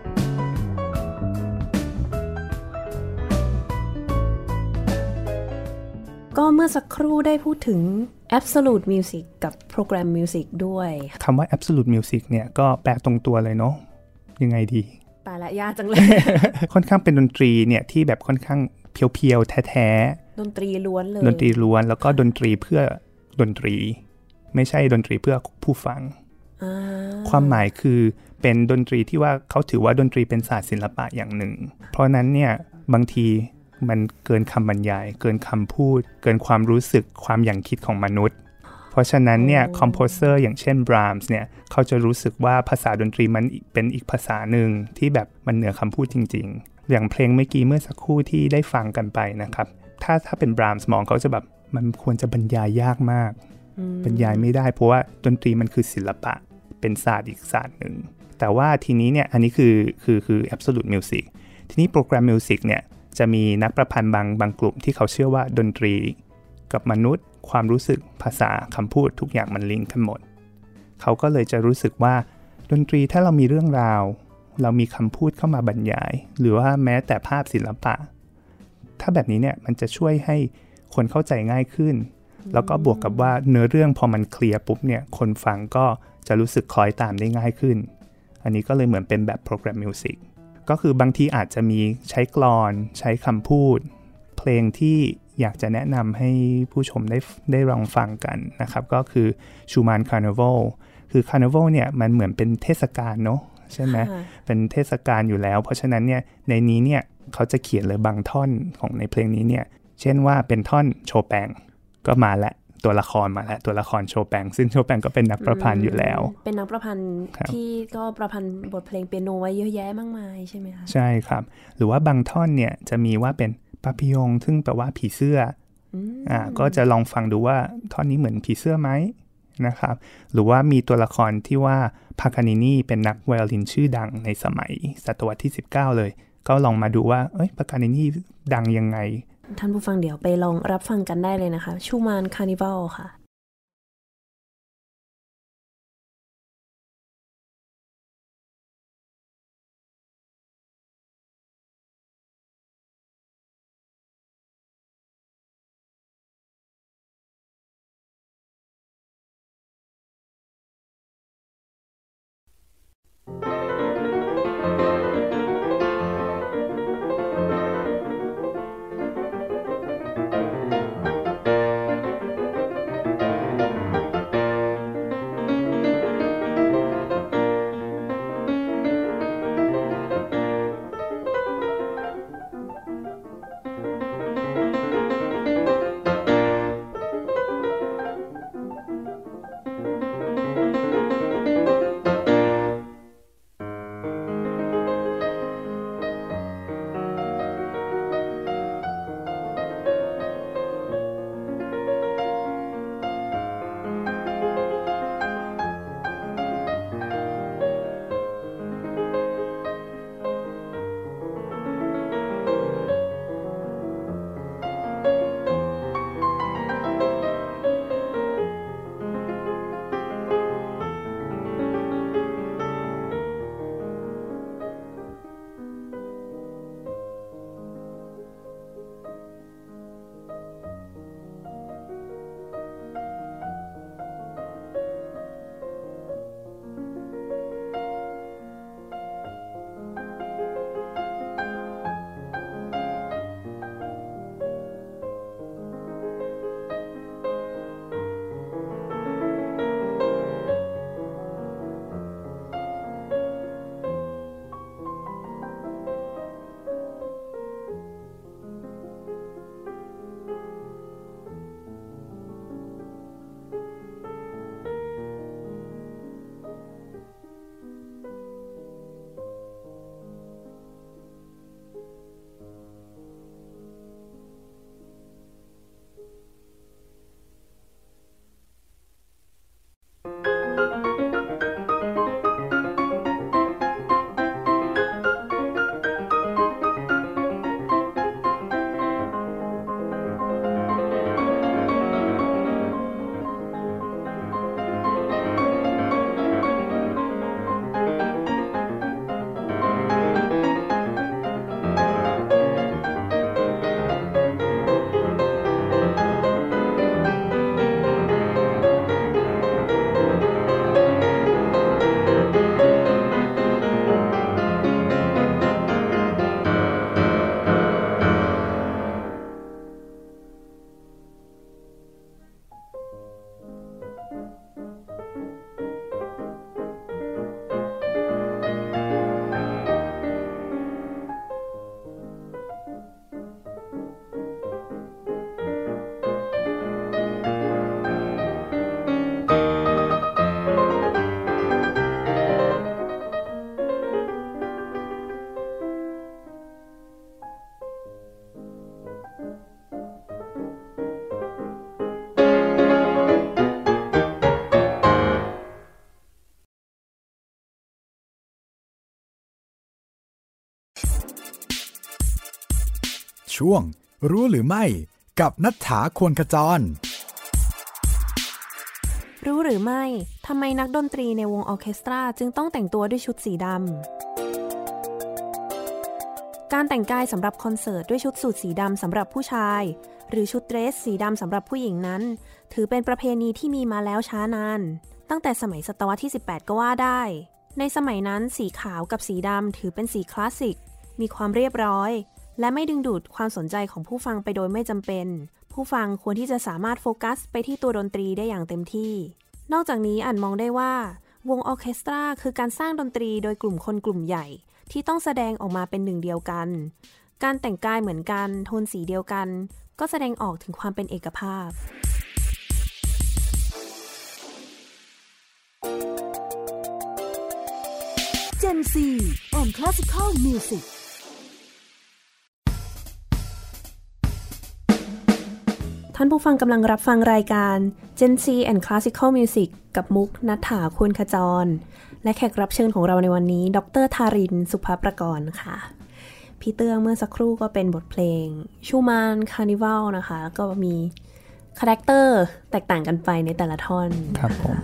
ๆก็เมื่อสักครู่ได้พูดถึง Absolute Music กับ Program Music ด้วยคำว่า Absolute Music เนี่ยก็แปลตรงตัวเลยเนาะยังไงดีตายละยากจังเลยค่อนข้างเป็นดนตรีเนี่ยที่แบบค่อนข้างเพียวๆแท้ๆดนตรีล้วนเลยดนตรีล้วนแล้วก็ดนตรีเพื่อดนตรีไม่ใช่ดนตรีเพื่อผู้ฟังความหมายคือเป็นดนตรีที่ว่าเขาถือว่าดนตรีเป็นศาสตร์ศิลปะอย่างหนึ่งเพราะนั้นเนี่ยบางทีมันเกินคำบรรยายเกินคำพูดเกินความรู้สึกความอย่างคิดของมนุษย์เพราะฉะนั้นเนี่ยคอมโพเซอร์อย่างเช่นบรามส์เนี่ยเขาจะรู้สึกว่าภาษาดนตรีมันเป็นอีกภาษาหนึ่งที่แบบมันเหนือคำพูดจริงๆอย่างเพลงเมื่อกี้เมื่อสักครู่ที่ได้ฟังกันไปนะครับถ้าถ้าเป็นบรามส์มองเขาจะแบบมันควรจะบรรยายยากมากบรรยายไม่ได้เพราะว่าดนตรีมันคือศิลปะเป็นศาสตร์อีกศาสตร์หนึ่งแต่ว่าทีนี้เนี่ยอันนี้คือคือคือ absolute music ทีนี้โปรแกรมมิวสิกเนี่ยจะมีนักประพันธ์บางบางกลุ่มที่เขาเชื่อว่าดนตรีกับมนุษย์ความรู้สึกภาษาคำพูดทุกอย่างมันลิงก์กันหมดเขาก็เลยจะรู้สึกว่าดนตรีถ้าเรามีเรื่องราวเรามีคำพูดเข้ามาบรรยายหรือว่าแม้แต่ภาพศิลปะถ้าแบบนี้เนี่ยมันจะช่วยให้คนเข้าใจง่ายขึ้นแล้วก็บวกกับว่าเนื้อเรื่องพอมันเคลียร์ปุ๊บเนี่ยคนฟังก็จะรู้สึกคล้อยตามได้ง่ายขึ้นอันนี้ก็เลยเหมือนเป็นแบบโปรแกรมมิวสิกก็คือบางทีอาจจะมีใช้กลอนใช้คำพูดเพลงที่อยากจะแนะนำให้ผู้ชมได้ได้ลองฟังกันนะครับก็คือชูมานคาร์นิวัลคือคาร์นิวัลเนี่ยมันเหมือนเป็นเทศกาลเนาะใช่ไหมเป็นเทศกาลอยู่แล้วเพราะฉะนั้นเนี่ยในนี้เนี่ยเขาจะเขียนเลยบางท่อนของในเพลงนี้เนี่ยเช่นว่าเป็นท่อนโชแปงก็มาละตัวละครมาแล้วตัวละครโชแปงซึ่งโชแปงก็เป็นนักประพันธ์อยู่แล้วเป็นนักประพันธ์ที่ก็ประพันธ์บทเพลงเปียโนไว้เยอะแยะมากมายใช่ไหมคะใช่ครับหรือว่าบางท่อนเนี่ยจะมีว่าเป็นปาปิยงซึ่งแปลว่าผีเสื้ออ่าก็จะลองฟังดูว่าท่อนนี้เหมือนผีเสื้อไหมนะครับหรือว่ามีตัวละครที่ว่าพาคานินีเป็นนักไวโอลินชื่อดังในสมัยศตวรรษที่สิบเก้าเลยก็ลองมาดูว่าเอ้ยพาคานินีดังยังไงท่านผู้ฟังเดี๋ยวไปลองรับฟังกันได้เลยนะคะชูมานคาร์นิวัลค่ะช่วงรู้หรือไม่กับณัฐฐา ควรขจรรู้หรือไม่ทำไมนักดนตรีในวงออร์เคสตราจึงต้องแต่งตัวด้วยชุดสีดำการแต่งกายสำหรับคอนเสิร์ตด้วยชุดสูทสีดำสำหรับผู้ชายหรือชุดเดรสสีดำสำหรับผู้หญิงนั้นถือเป็นประเพณีที่มีมาแล้วช้านานตั้งแต่สมัยศตวรรษที่สิบแปดก็ว่าได้ในสมัยนั้นสีขาวกับสีดำถือเป็นสีคลาสสิกมีความเรียบร้อยและไม่ดึงดูดความสนใจของผู้ฟังไปโดยไม่จำเป็นผู้ฟังควรที่จะสามารถโฟกัสไปที่ตัวดนตรีได้อย่างเต็มที่นอกจากนี้อาจมองได้ว่าวงออร์เคสตราคือการสร้างดนตรีโดยกลุ่มคนกลุ่มใหญ่ที่ต้องแสดงออกมาเป็นหนึ่งเดียวกันการแต่งกายเหมือนกันโทนสีเดียวกันก็แสดงออกถึงความเป็นเอกภาพ Gen Z and Classical Music ท่านผู้ฟังกำลังรับฟังรายการ Gen Z and Classical Music กับมุกณัฐฐา ควรขจรและแขกรับเชิญของเราในวันนี้ดร.ธารินทร์ สุภประกรณ์ค่ะพี่เตื้องเมื่อสักครู่ก็เป็นบทเพลงชูมานคาร์นิวัลนะคะแล้วก็มีคาแรคเตอร์แตกต่างกันไปในแต่ละท่อนครับผม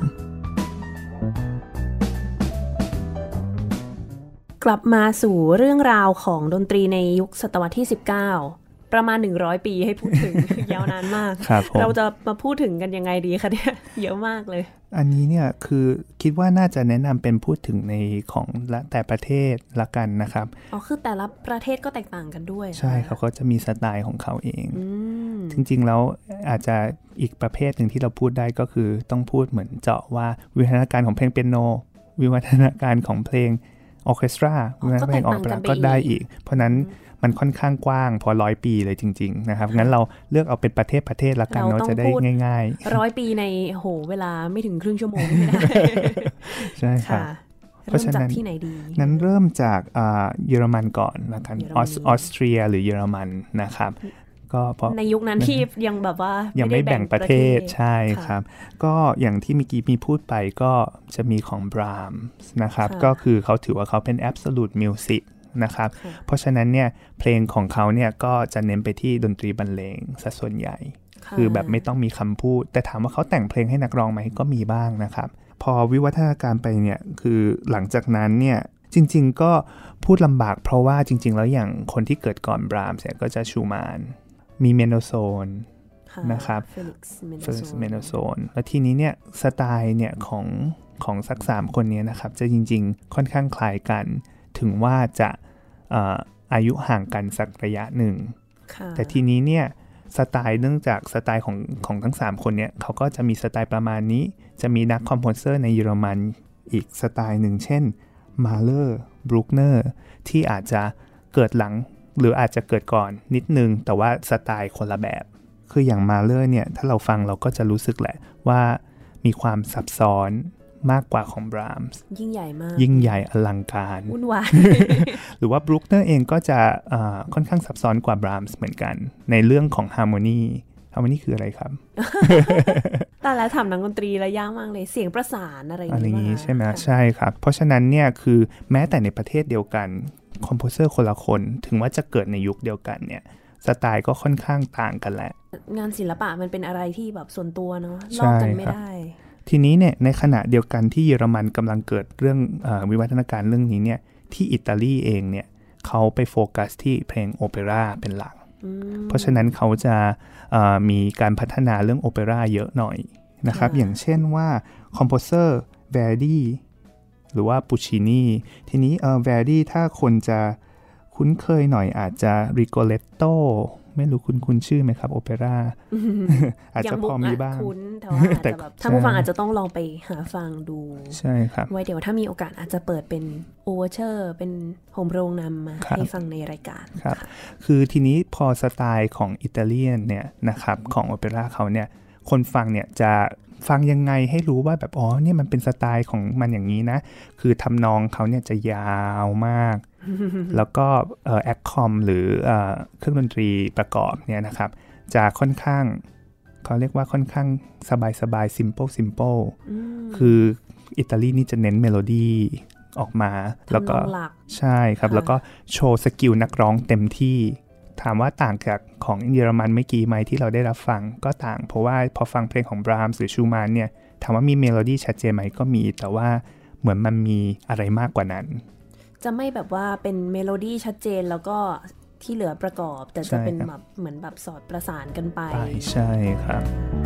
กลับมาสู่เรื่องราวของดนตรีในยุคศตวรรษที่สิบเก้าประมาณหนึ่งร้อยปีให้พูดถึง ยาวนานมาก เราจะมาพูดถึงกันยังไงดีคะเนี่ยเยอะมากเลยอันนี้เนี่ยคือคิดว่าน่าจะแนะนำเป็นพูดถึงในของละแต่ประเทศละกันนะครับอ๋อคือแต่ละประเทศก็แตกต่างกันด้วยใช่เขาก็จะมีสไตล์ของเขาเองจริงๆแล้วอาจจะอีกประเภทหนึ่งที่เราพูดได้ก็คือต้องพูดเหมือนเจาะว่าวิวัฒนาการของเพลงเปียโนวิวัฒนาการของเพลงออร์เคสตราวิวัฒนาการเพลงออร์เคสตราก็ได้อีกเพราะนั้นมันค่อนข้างกว้างพอร้อยปีเลยจริงๆนะครับงั้นเราเลือกเอาเป็นประเทศประเทศละกันเนาะจะได้ง่ายๆร้อยปีในโหเวลาไม่ถึงครึ่งชั่วโมงไม่ได้ใช่ค่ะเพราะฉะนั้นที่ไหนดีงั้นเริ่มจากเยอรมันก่อนละกันออสเตรียหรือเยอรมันนะครับก็เพราะในยุคนั้นที่ยังแบบว่ายังไม่แบ่งประเทศใช่ครับก็อย่างที่เมื่อกี้มีพูดไปก็จะมีของบรามส์นะครับก็คือเขาถือว่าเขาเป็น absolute musicนะครับเพราะฉะนั้นเนี่ยเพลงของเขาเนี่ยก็จะเน้นไปที่ดนตรีบรรเลงซะส่วนใหญ่คือแบบไม่ต้องมีคำพูดแต่ถามว่าเขาแต่งเพลงให้นักร้องไหมก็มีบ้างนะครับพอวิวัฒนาการไปเนี่ยคือหลังจากนั้นเนี่ยจริงๆก็พูดลำบากเพราะว่าจริงๆแล้วอย่างคนที่เกิดก่อนบรามส์เนี่ยก็จะชูมานมีเมโนโซนนะครับเฟลิกซ์เมโนโซนแล้วทีนี้เนี่ยสไตล์เนี่ยของของสักสามคนนี้นะครับจะจริงๆค่อนข้างคล้ายกันถึงว่าจะอายุห่างกันสักระยะหนึ่งแต่ทีนี้เนี่ยสไตล์เนื่องจากสไตล์ของของทั้งสามคนเนี่ยเขาก็จะมีสไตล์ประมาณนี้จะมีนักคอมโพเซอร์ในเยอรมันอีกสไตล์หนึ่งเช่นมาเลอร์บรูคเนอร์ที่อาจจะเกิดหลังหรืออาจจะเกิดก่อนนิดนึงแต่ว่าสไตล์คนละแบบคืออย่างมาเลอร์เนี่ยถ้าเราฟังเราก็จะรู้สึกแหละว่ามีความซับซ้อนมากกว่าของบรามส์ยิ่งใหญ่มากยิ่งใหญ่อลังการวุ่นวายหรือว่าบรูคเนอร์เองก็จะค่อนข้างซับซ้อนกว่าบรามส์เหมือนกันในเรื่องของฮาร์โมนีฮาร์โมนีคืออะไรครับแต่แล้วทำนักดนตรีระยะมากเลยเสียงประสานอะไรอย่างนี้ใช่ไหมใช่ครับเพราะฉะนั้นเนี่ยคือแม้แต่ในประเทศเดียวกันคอมโพเซอร์คนละคนถึงว่าจะเกิดในยุคเดียวกันเนี่ยสไตล์ก็ค่อนข้างต่างกันแหละงานศิลปะมันเป็นอะไรที่แบบส่วนตัวเนาะลอกกันไม่ได้ทีนี้เนี่ยในขณะเดียวกันที่เยอรมันกำลังเกิดเรื่องเอ่อวิวัฒนาการเรื่องนี้เนี่ยที่อิตาลีเองเนี่ยเขาไปโฟกัสที่เพลงโอเปร่าเป็นหลักเพราะฉะนั้นเขาจะเอ่อมีการพัฒนาเรื่องโอเปร่าเยอะหน่อยนะครับอย่างเช่นว่าคอมโพเซอร์เวร์ดีหรือว่าปูชินีทีนี้เอ่อเวร์ดีถ้าคนจะคุ้นเคยหน่อยอาจจะริโกเลตโตไม่รู้คุณคุณชื่อไหมครับโอเปร่า อาจจะพอมีบ้างคุ้นแต่ว่าอาจจะแบบถ้าผู้ฟังอาจจะต้องลองไปหาฟังดูใช่ครับไว้เดี๋ยวถ้ามีโอกาสอาจจะเปิดเป็นโอเวอร์เชอร์เป็นโฮมโรงนำมาให้ฟังในรายการครับคือทีนี้พอสไตล์ของอิตาเลียนเนี่ยนะครับของโอเปร่าเขาเนี่ยคนฟังเนี่ยจะฟังยังไงให้รู้ว่าแบบอ๋อเนี่ยมันเป็นสไตล์ของมันอย่างนี้นะคือทำนองเขาเนี่ยจะยาวมากแล้วก็เอ่อแอคคอมหรือเอ่อเครื่องดนตรีประกอบเนี่ยนะครับจะค่อนข้างเขาเรียกว่าค่อนข้างสบายสบาย simple simple คืออิตาลีนี่จะเน้นเมโลดี้ออกมาแล้วก็ใช่ครับแล้วก็โชว์สกิลนักร้องเต็มที่ถามว่าต่างจากของเยอรมันเมื่อกี้ไหมที่เราได้รับฟังก็ต่างเพราะว่าพอฟังเพลงของบรามส์หรือชูมานเนี่ยถามว่ามีเมโลดี้ชัดเจนไหมก็มีแต่ว่าเหมือนมันมีอะไรมากกว่านั้นจะไม่แบบว่าเป็นเมโลดี้ชัดเจนแล้วก็ที่เหลือประกอบแต่จะเป็นแบบเหมือนแบบสอดประสานกันไปใช่ครับ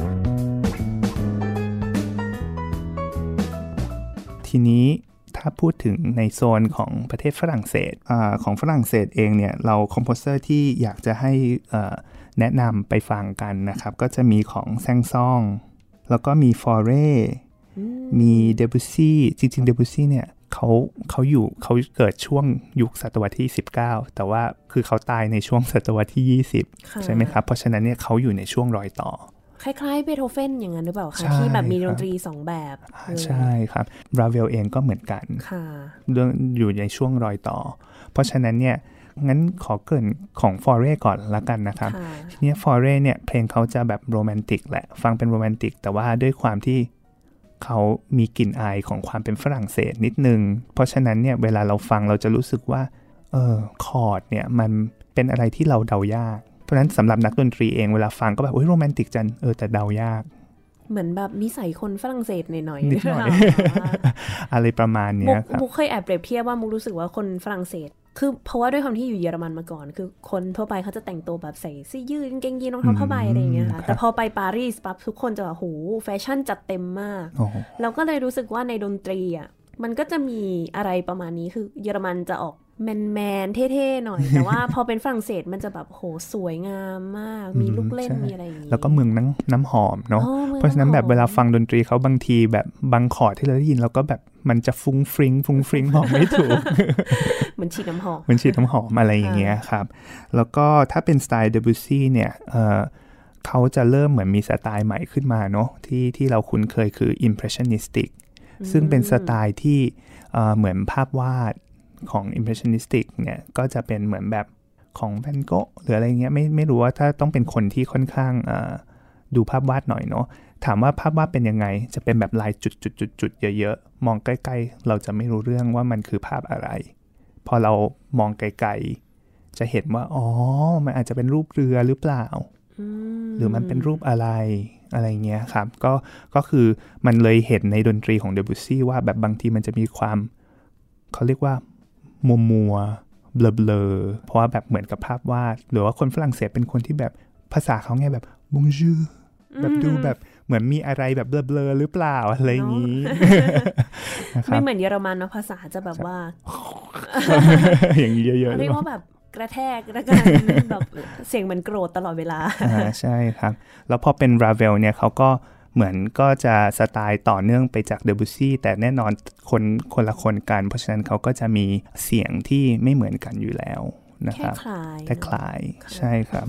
ทีนี้ถ้าพูดถึงในโซนของประเทศฝรั่งเศสอของฝรั่งเศสเองเนี่ยเราคอมโพเซอร์ที่อยากจะให้แนะนำไปฟังกันนะครับก็จะมีของแซงซ่องแล้วก็มีฟอเร่มีเดบูซี่จริงๆเดบูซี่เนี่ยเขาเขาอยู่เขาเกิดช่วงยุคศตวรรษที่สิบเก้าแต่ว่าคือเขาตายในช่วงศตวรรษที่ยี่สิบใช่ไหมครับเพราะฉะนั้นเนี่ยเขาอยู่ในช่วงรอยต่อคล้ายๆเบโธเฟนอย่างนั้นหรือเปล่าคะที่แบบมีดนตรีสองแบบใช่ครับราเวลเองก็เหมือนกันเรื่องอยู่ในช่วงรอยต่อเพราะฉะนั้นเนี่ยงั้นขอเกริ่นของฟอเร่ก่อนละกันนะครับทีนี้ฟอเร่เนี่ยเพลงเขาจะแบบโรแมนติกแหละฟังเป็นโรแมนติกแต่ว่าด้วยความที่เขามีกลิ่นอายของความเป็นฝรั่งเศสนิดนึงเพราะฉะนั้นเนี่ยเวลาเราฟังเราจะรู้สึกว่าเออคอร์ดเนี่ยมันเป็นอะไรที่เราเดายากเพราะฉะนั้นสำหรับนักดนตรีเองเวลาฟังก็แบบโอ้ยโรแมนติกจังเออแต่เดายากเหมือนแบบนิสัยคนฝรั่งเศสหน่อยๆนิดหน่อยอะไรประมาณนี้ครับมุกเคยแอบเปรียบเทียบว่ามุกรู้สึกว่าคนฝรั่งเศสคือเพราะว่าด้วยความที่อยู่เยอรมันมาก่อนคือคนทั่วไปเขาจะแต่งตัวแบบใส่เสื้อยืดกางเกงยีนรองเท้าผ้าใบอะไรอย่างเงี้ยค่ะแต่พอไปปารีสปั๊บทุกคนจะแบบโหแฟชั่นจัดเต็มมากเราก็เลยรู้สึกว่าในดนตรีอ่ะมันก็จะมีอะไรประมาณนี้คือเยอรมันจะออกแมนๆเท่ๆหน่อยแต่ว่าพอเป็นฝรั่งเศสมันจะแบบโหสวยงามมากมีลูกเล่นมีอะไรอย่างงี้แล้วก็เมืองน้ำน้ำหอมเนาะเพราะฉะนั้นแบบเวลาฟังดนตรีเขาบางทีแบบบางคอร์ดที่เราได้ยินเราก็แบบมันจะฟุ้งฟริ้งฟุ้งฟริ้งบอกไม่ถูกเหมือนฉีดน้ำหอมเหมือนฉีดน้ำหอมอะไรอย่างเงี้ยครับแล้วก็ถ้าเป็นสไตล์เดบิวซี่เนี่ยเอ่อเขาจะเริ่มเหมือนมีสไตล์ใหม่ขึ้นมาเนาะที่ที่เราคุ้นเคยคือ impressionistic ซึ่งเป็นสไตล์ที่เอ่อเหมือนภาพวาดของ impressionistic เนี่ยก็จะเป็นเหมือนแบบของแวนโก๊ะหรืออะไรเงี้ยไม่ไม่รู้ว่าถ้าต้องเป็นคนที่ค่อนข้างดูภาพวาดหน่อยเนาะถามว่าภาพวาดเป็นยังไงจะเป็นแบบลายจุดๆๆเยอะๆมองใกล้ๆเราจะไม่รู้เรื่องว่ามันคือภาพอะไรพอเรามองไกลๆจะเห็นว่าอ๋อมันอาจจะเป็นรูปเรือหรือเปล่าหรือมันเป็นรูปอะไรอะไรเงี้ยครับก็ก็คือมันเลยเห็นในดนตรีของเดบิวซี่ว่าแบบบางทีมันจะมีความเขาเรียกว่ามัวมัวเบลอเบลอเพราะว่าแบบเหมือนกับภาพวาดหรือว่าคนฝรั่งเศสเป็นคนที่แบบภาษาเขาไงแบบบงจูแบบดูแบบเหมือนมีอะไรแบบเบลอๆหรือเปล่าอะไรอย่างนี้ไม่เหมือนเยอรมันนะภาษาจะแบบว่าอย่างนี้เยอะๆเรียกว่าแบบกระแทกแล้วกันแบบเสียงเหมือนโกรธตลอดเวลาอ่าใช่ครับแล้วพอเป็นราเวลเนี่ยเขาก็เหมือนก็จะสไตล์ต่อเนื่องไปจากเดบิวซี่แต่แน่นอนคนคนละคนกันเพราะฉะนั้นเขาก็จะมีเสียงที่ไม่เหมือนกันอยู่แล้วนะครับแค่คล้ายแต่คล้ายใช่ครับ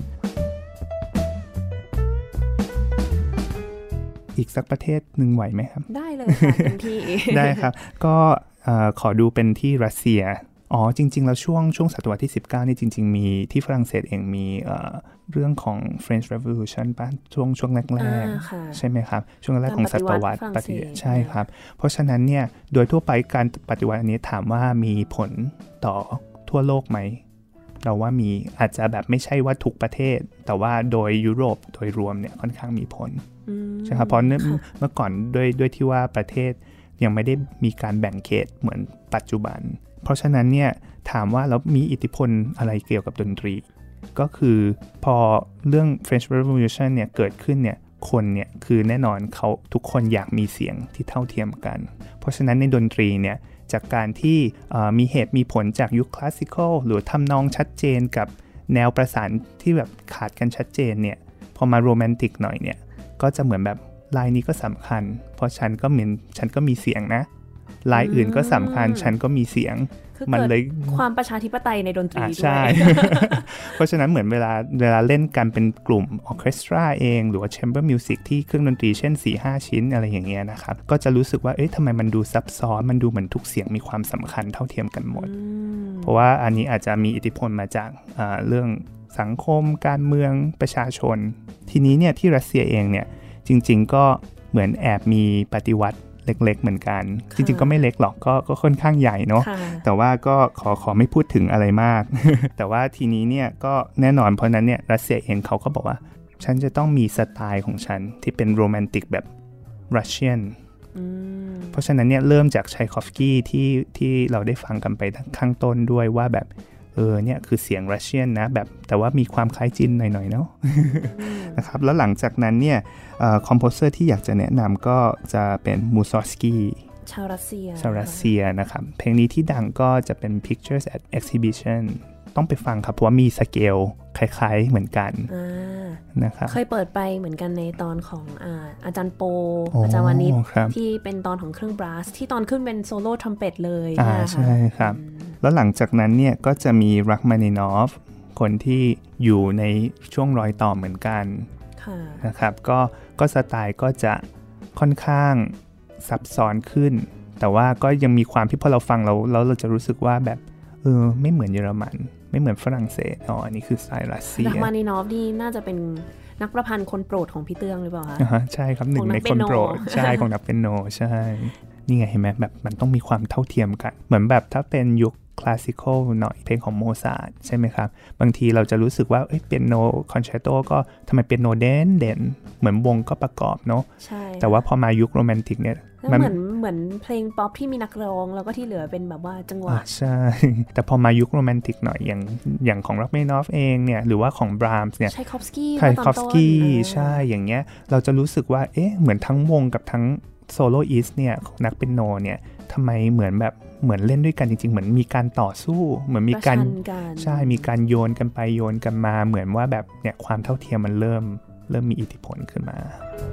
อีกสักประเทศหนึ่งไหวไหมครับได้เลยค่ะเต็มที่ได้ครับก็ขอดูเป็นที่รัสเซียอ๋อจริงๆแล้วช่วงช่วงศตวรรษที่สิบเก้านี่จริงๆมีที่ฝรั่งเศสเองมีเอ่อเรื่องของ French Revolution ป่ะช่วงช่วงแรกๆใช่ไหมครับช่วงแรกของศตวรรษปฏิวัติใช่ครับเพราะฉะนั้นเนี่ยโดยทั่วไปการปฏิวัติอันนี้ถามว่ามีผลต่อทั่วโลกไหมเราว่ามีอาจจะแบบไม่ใช่ว่าทุกประเทศแต่ว่าโดยยุโรปโดยรวมเนี่ยค่อนข้างมีผลใช่ครับเพราะเมื่อก่อนด้วยด้วยที่ว่าประเทศยังไม่ได้มีการแบ่งเขตเหมือนปัจจุบันเพราะฉะนั้นเนี่ยถามว่าแล้วมีอิทธิพลอะไรเกี่ยวกับดนตรีก็คือพอเรื่อง French Revolution เนี่ยเกิดขึ้นเนี่ยคนเนี่ยคือแน่นอนเขาทุกคนอยากมีเสียงที่เท่าเทียมกันเพราะฉะนั้นในดนตรีเนี่ยจากการที่มีเหตุมีผลจากยุคคลาสสิคอลหรือทำนองชัดเจนกับแนวประสานที่แบบขาดกันชัดเจนเนี่ยพอมาโรแมนติกหน่อยเนี่ยก็จะเหมือนแบบลายนี้ก็สำคัญเพราะฉันก็เหมือนฉันก็มีเสียงนะลายอื่นก็สำคัญฉันก็มีเสียงมันเลยความประชาธิปไตยในดนตรีด้วยใช่ เพราะฉะนั้นเหมือนเวลาเวลาเล่นกันเป็นกลุ่มออร์เคสตราเองหรือว่าแชมเบอร์มิวสิกที่เครื่องดนตรีเช่น สี่ห้า ชิ้นอะไรอย่างเงี้ยนะครับก็จะรู้สึกว่าเอ๊ะทำไมมันดูซับซ้อนมันดูเหมือนทุกเสียงมีความสำคัญเท่าเทียมกันหมดเพราะว่าอันนี้อาจจะมีอิทธิพลมาจากเรื่องสังคมการเมืองประชาชนทีนี้เนี่ยที่รัสเซียเองเนี่ยจริงๆก็เหมือนแอบมีปฏิวัติเล็กๆเหมือนกันจริงๆก็ไม่เล็กหรอกก็ก็ค่อนข้างใหญ่เนาะแต่ว่าก็ขอขอไม่พูดถึงอะไรมาก แต่ว่าทีนี้เนี่ยก็แน่นอนเพราะนั้นเนี่ยรัสเซียเองเขาก็บอกว่าฉันจะต้องมีสไตล์ของฉันที่เป็นโรแมนติกแบบรัสเซียนเพราะฉะนั้นเนี่ยเริ่มจากไชคอฟสกี้ที่ที่เราได้ฟังกันไปข้างต้นด้วยว่าแบบเออเนี่ยคือเสียงรัสเซียนนะแบบแต่ว่ามีความคล้ายจีนหน่อยๆเนาะ นะครับแล้วหลังจากนั้นเนี่ยคอมโพเซอร์ที่อยากจะแนะนำก็จะเป็นมูซอสกี้ชาวรัสเซียชาวรัสเซียนะครับเพลงนี้ที่ดังก็จะเป็น Pictures at Exhibition ต้องไปฟังครับเพราะว่ามีสเกลคล้ายๆเหมือนกันนะครับเคยเปิดไปเหมือนกันในตอนของ อา, อาจารย์โปอาจารย์วานิชที่เป็นตอนของเครื่องบรัสที่ตอนขึ้นเป็นโซโล่ทรัมเป็ตเลยอ่าใช่ครับแล้วหลังจากนั้นเนี่ยก็จะมีรัคมานินอฟคนที่อยู่ในช่วงรอยต่อเหมือนกันนะครับก็ก็สไตล์ก็จะค่อนข้างซับซ้อนขึ้นแต่ว่าก็ยังมีความที่พอเราฟังเราแล้วเราจะรู้สึกว่าแบบเออไม่เหมือนเยอรมันไม่เหมือนฝรั่งเศสอ๋ออันนี้คือสไตล์รัสเซียรักมานีนอฟนี่น่าจะเป็นนักประพันธ์คนโปรดของพี่เตื้องหรือเปล่าคะใช่ครับหนึ่งในคนโปรดใช่ของนักเปียโนใช่นี่ไงเห็นไหมแบบมันต้องมีความเท่าเทียมกันเหมือนแบบถ้าเป็นยุคคลาสสิคอลหน่อยเพลงของโมซาร์ทใช่ไหมครับบางทีเราจะรู้สึกว่าเอ้ยเปียโนคอนแชร์โตก็ทำไมเปียโนเด่นเด่นเหมือนวงก็ประกอบเนาะใช่แต่ว่าพอมายุคโรแมนติกเนี่ยเหมือนเหมือนเพลงป๊อปที่มีนักร้องแล้วก็ที่เหลือเป็นแบบว่าจังหวะใช่แต่พอมายุคโรแมนติกหน่อยอย่างอย่างของรักเมนอฟเองเนี่ยหรือว่าของบรามส์เนี่ยไชคอฟสกี้ไชคอฟสกี้ใช่อย่างเงี้ยเราจะรู้สึกว่าเอ๊ะเหมือนทั้งวงกับทั้งโซโลอิสเนี่ยนักเปียโนเนี่ยทำไมเหมือนแบบเหมือนเล่นด้วยกันจริงๆเหมือนมีการต่อสู้เหมือนมีการใช่มีการโยนกันไปโยนกันมาเหมือนว่าแบบเนี่ยความเท่าเทียมมันเริ่มเริ่มมีอิทธิพลขึ้นมา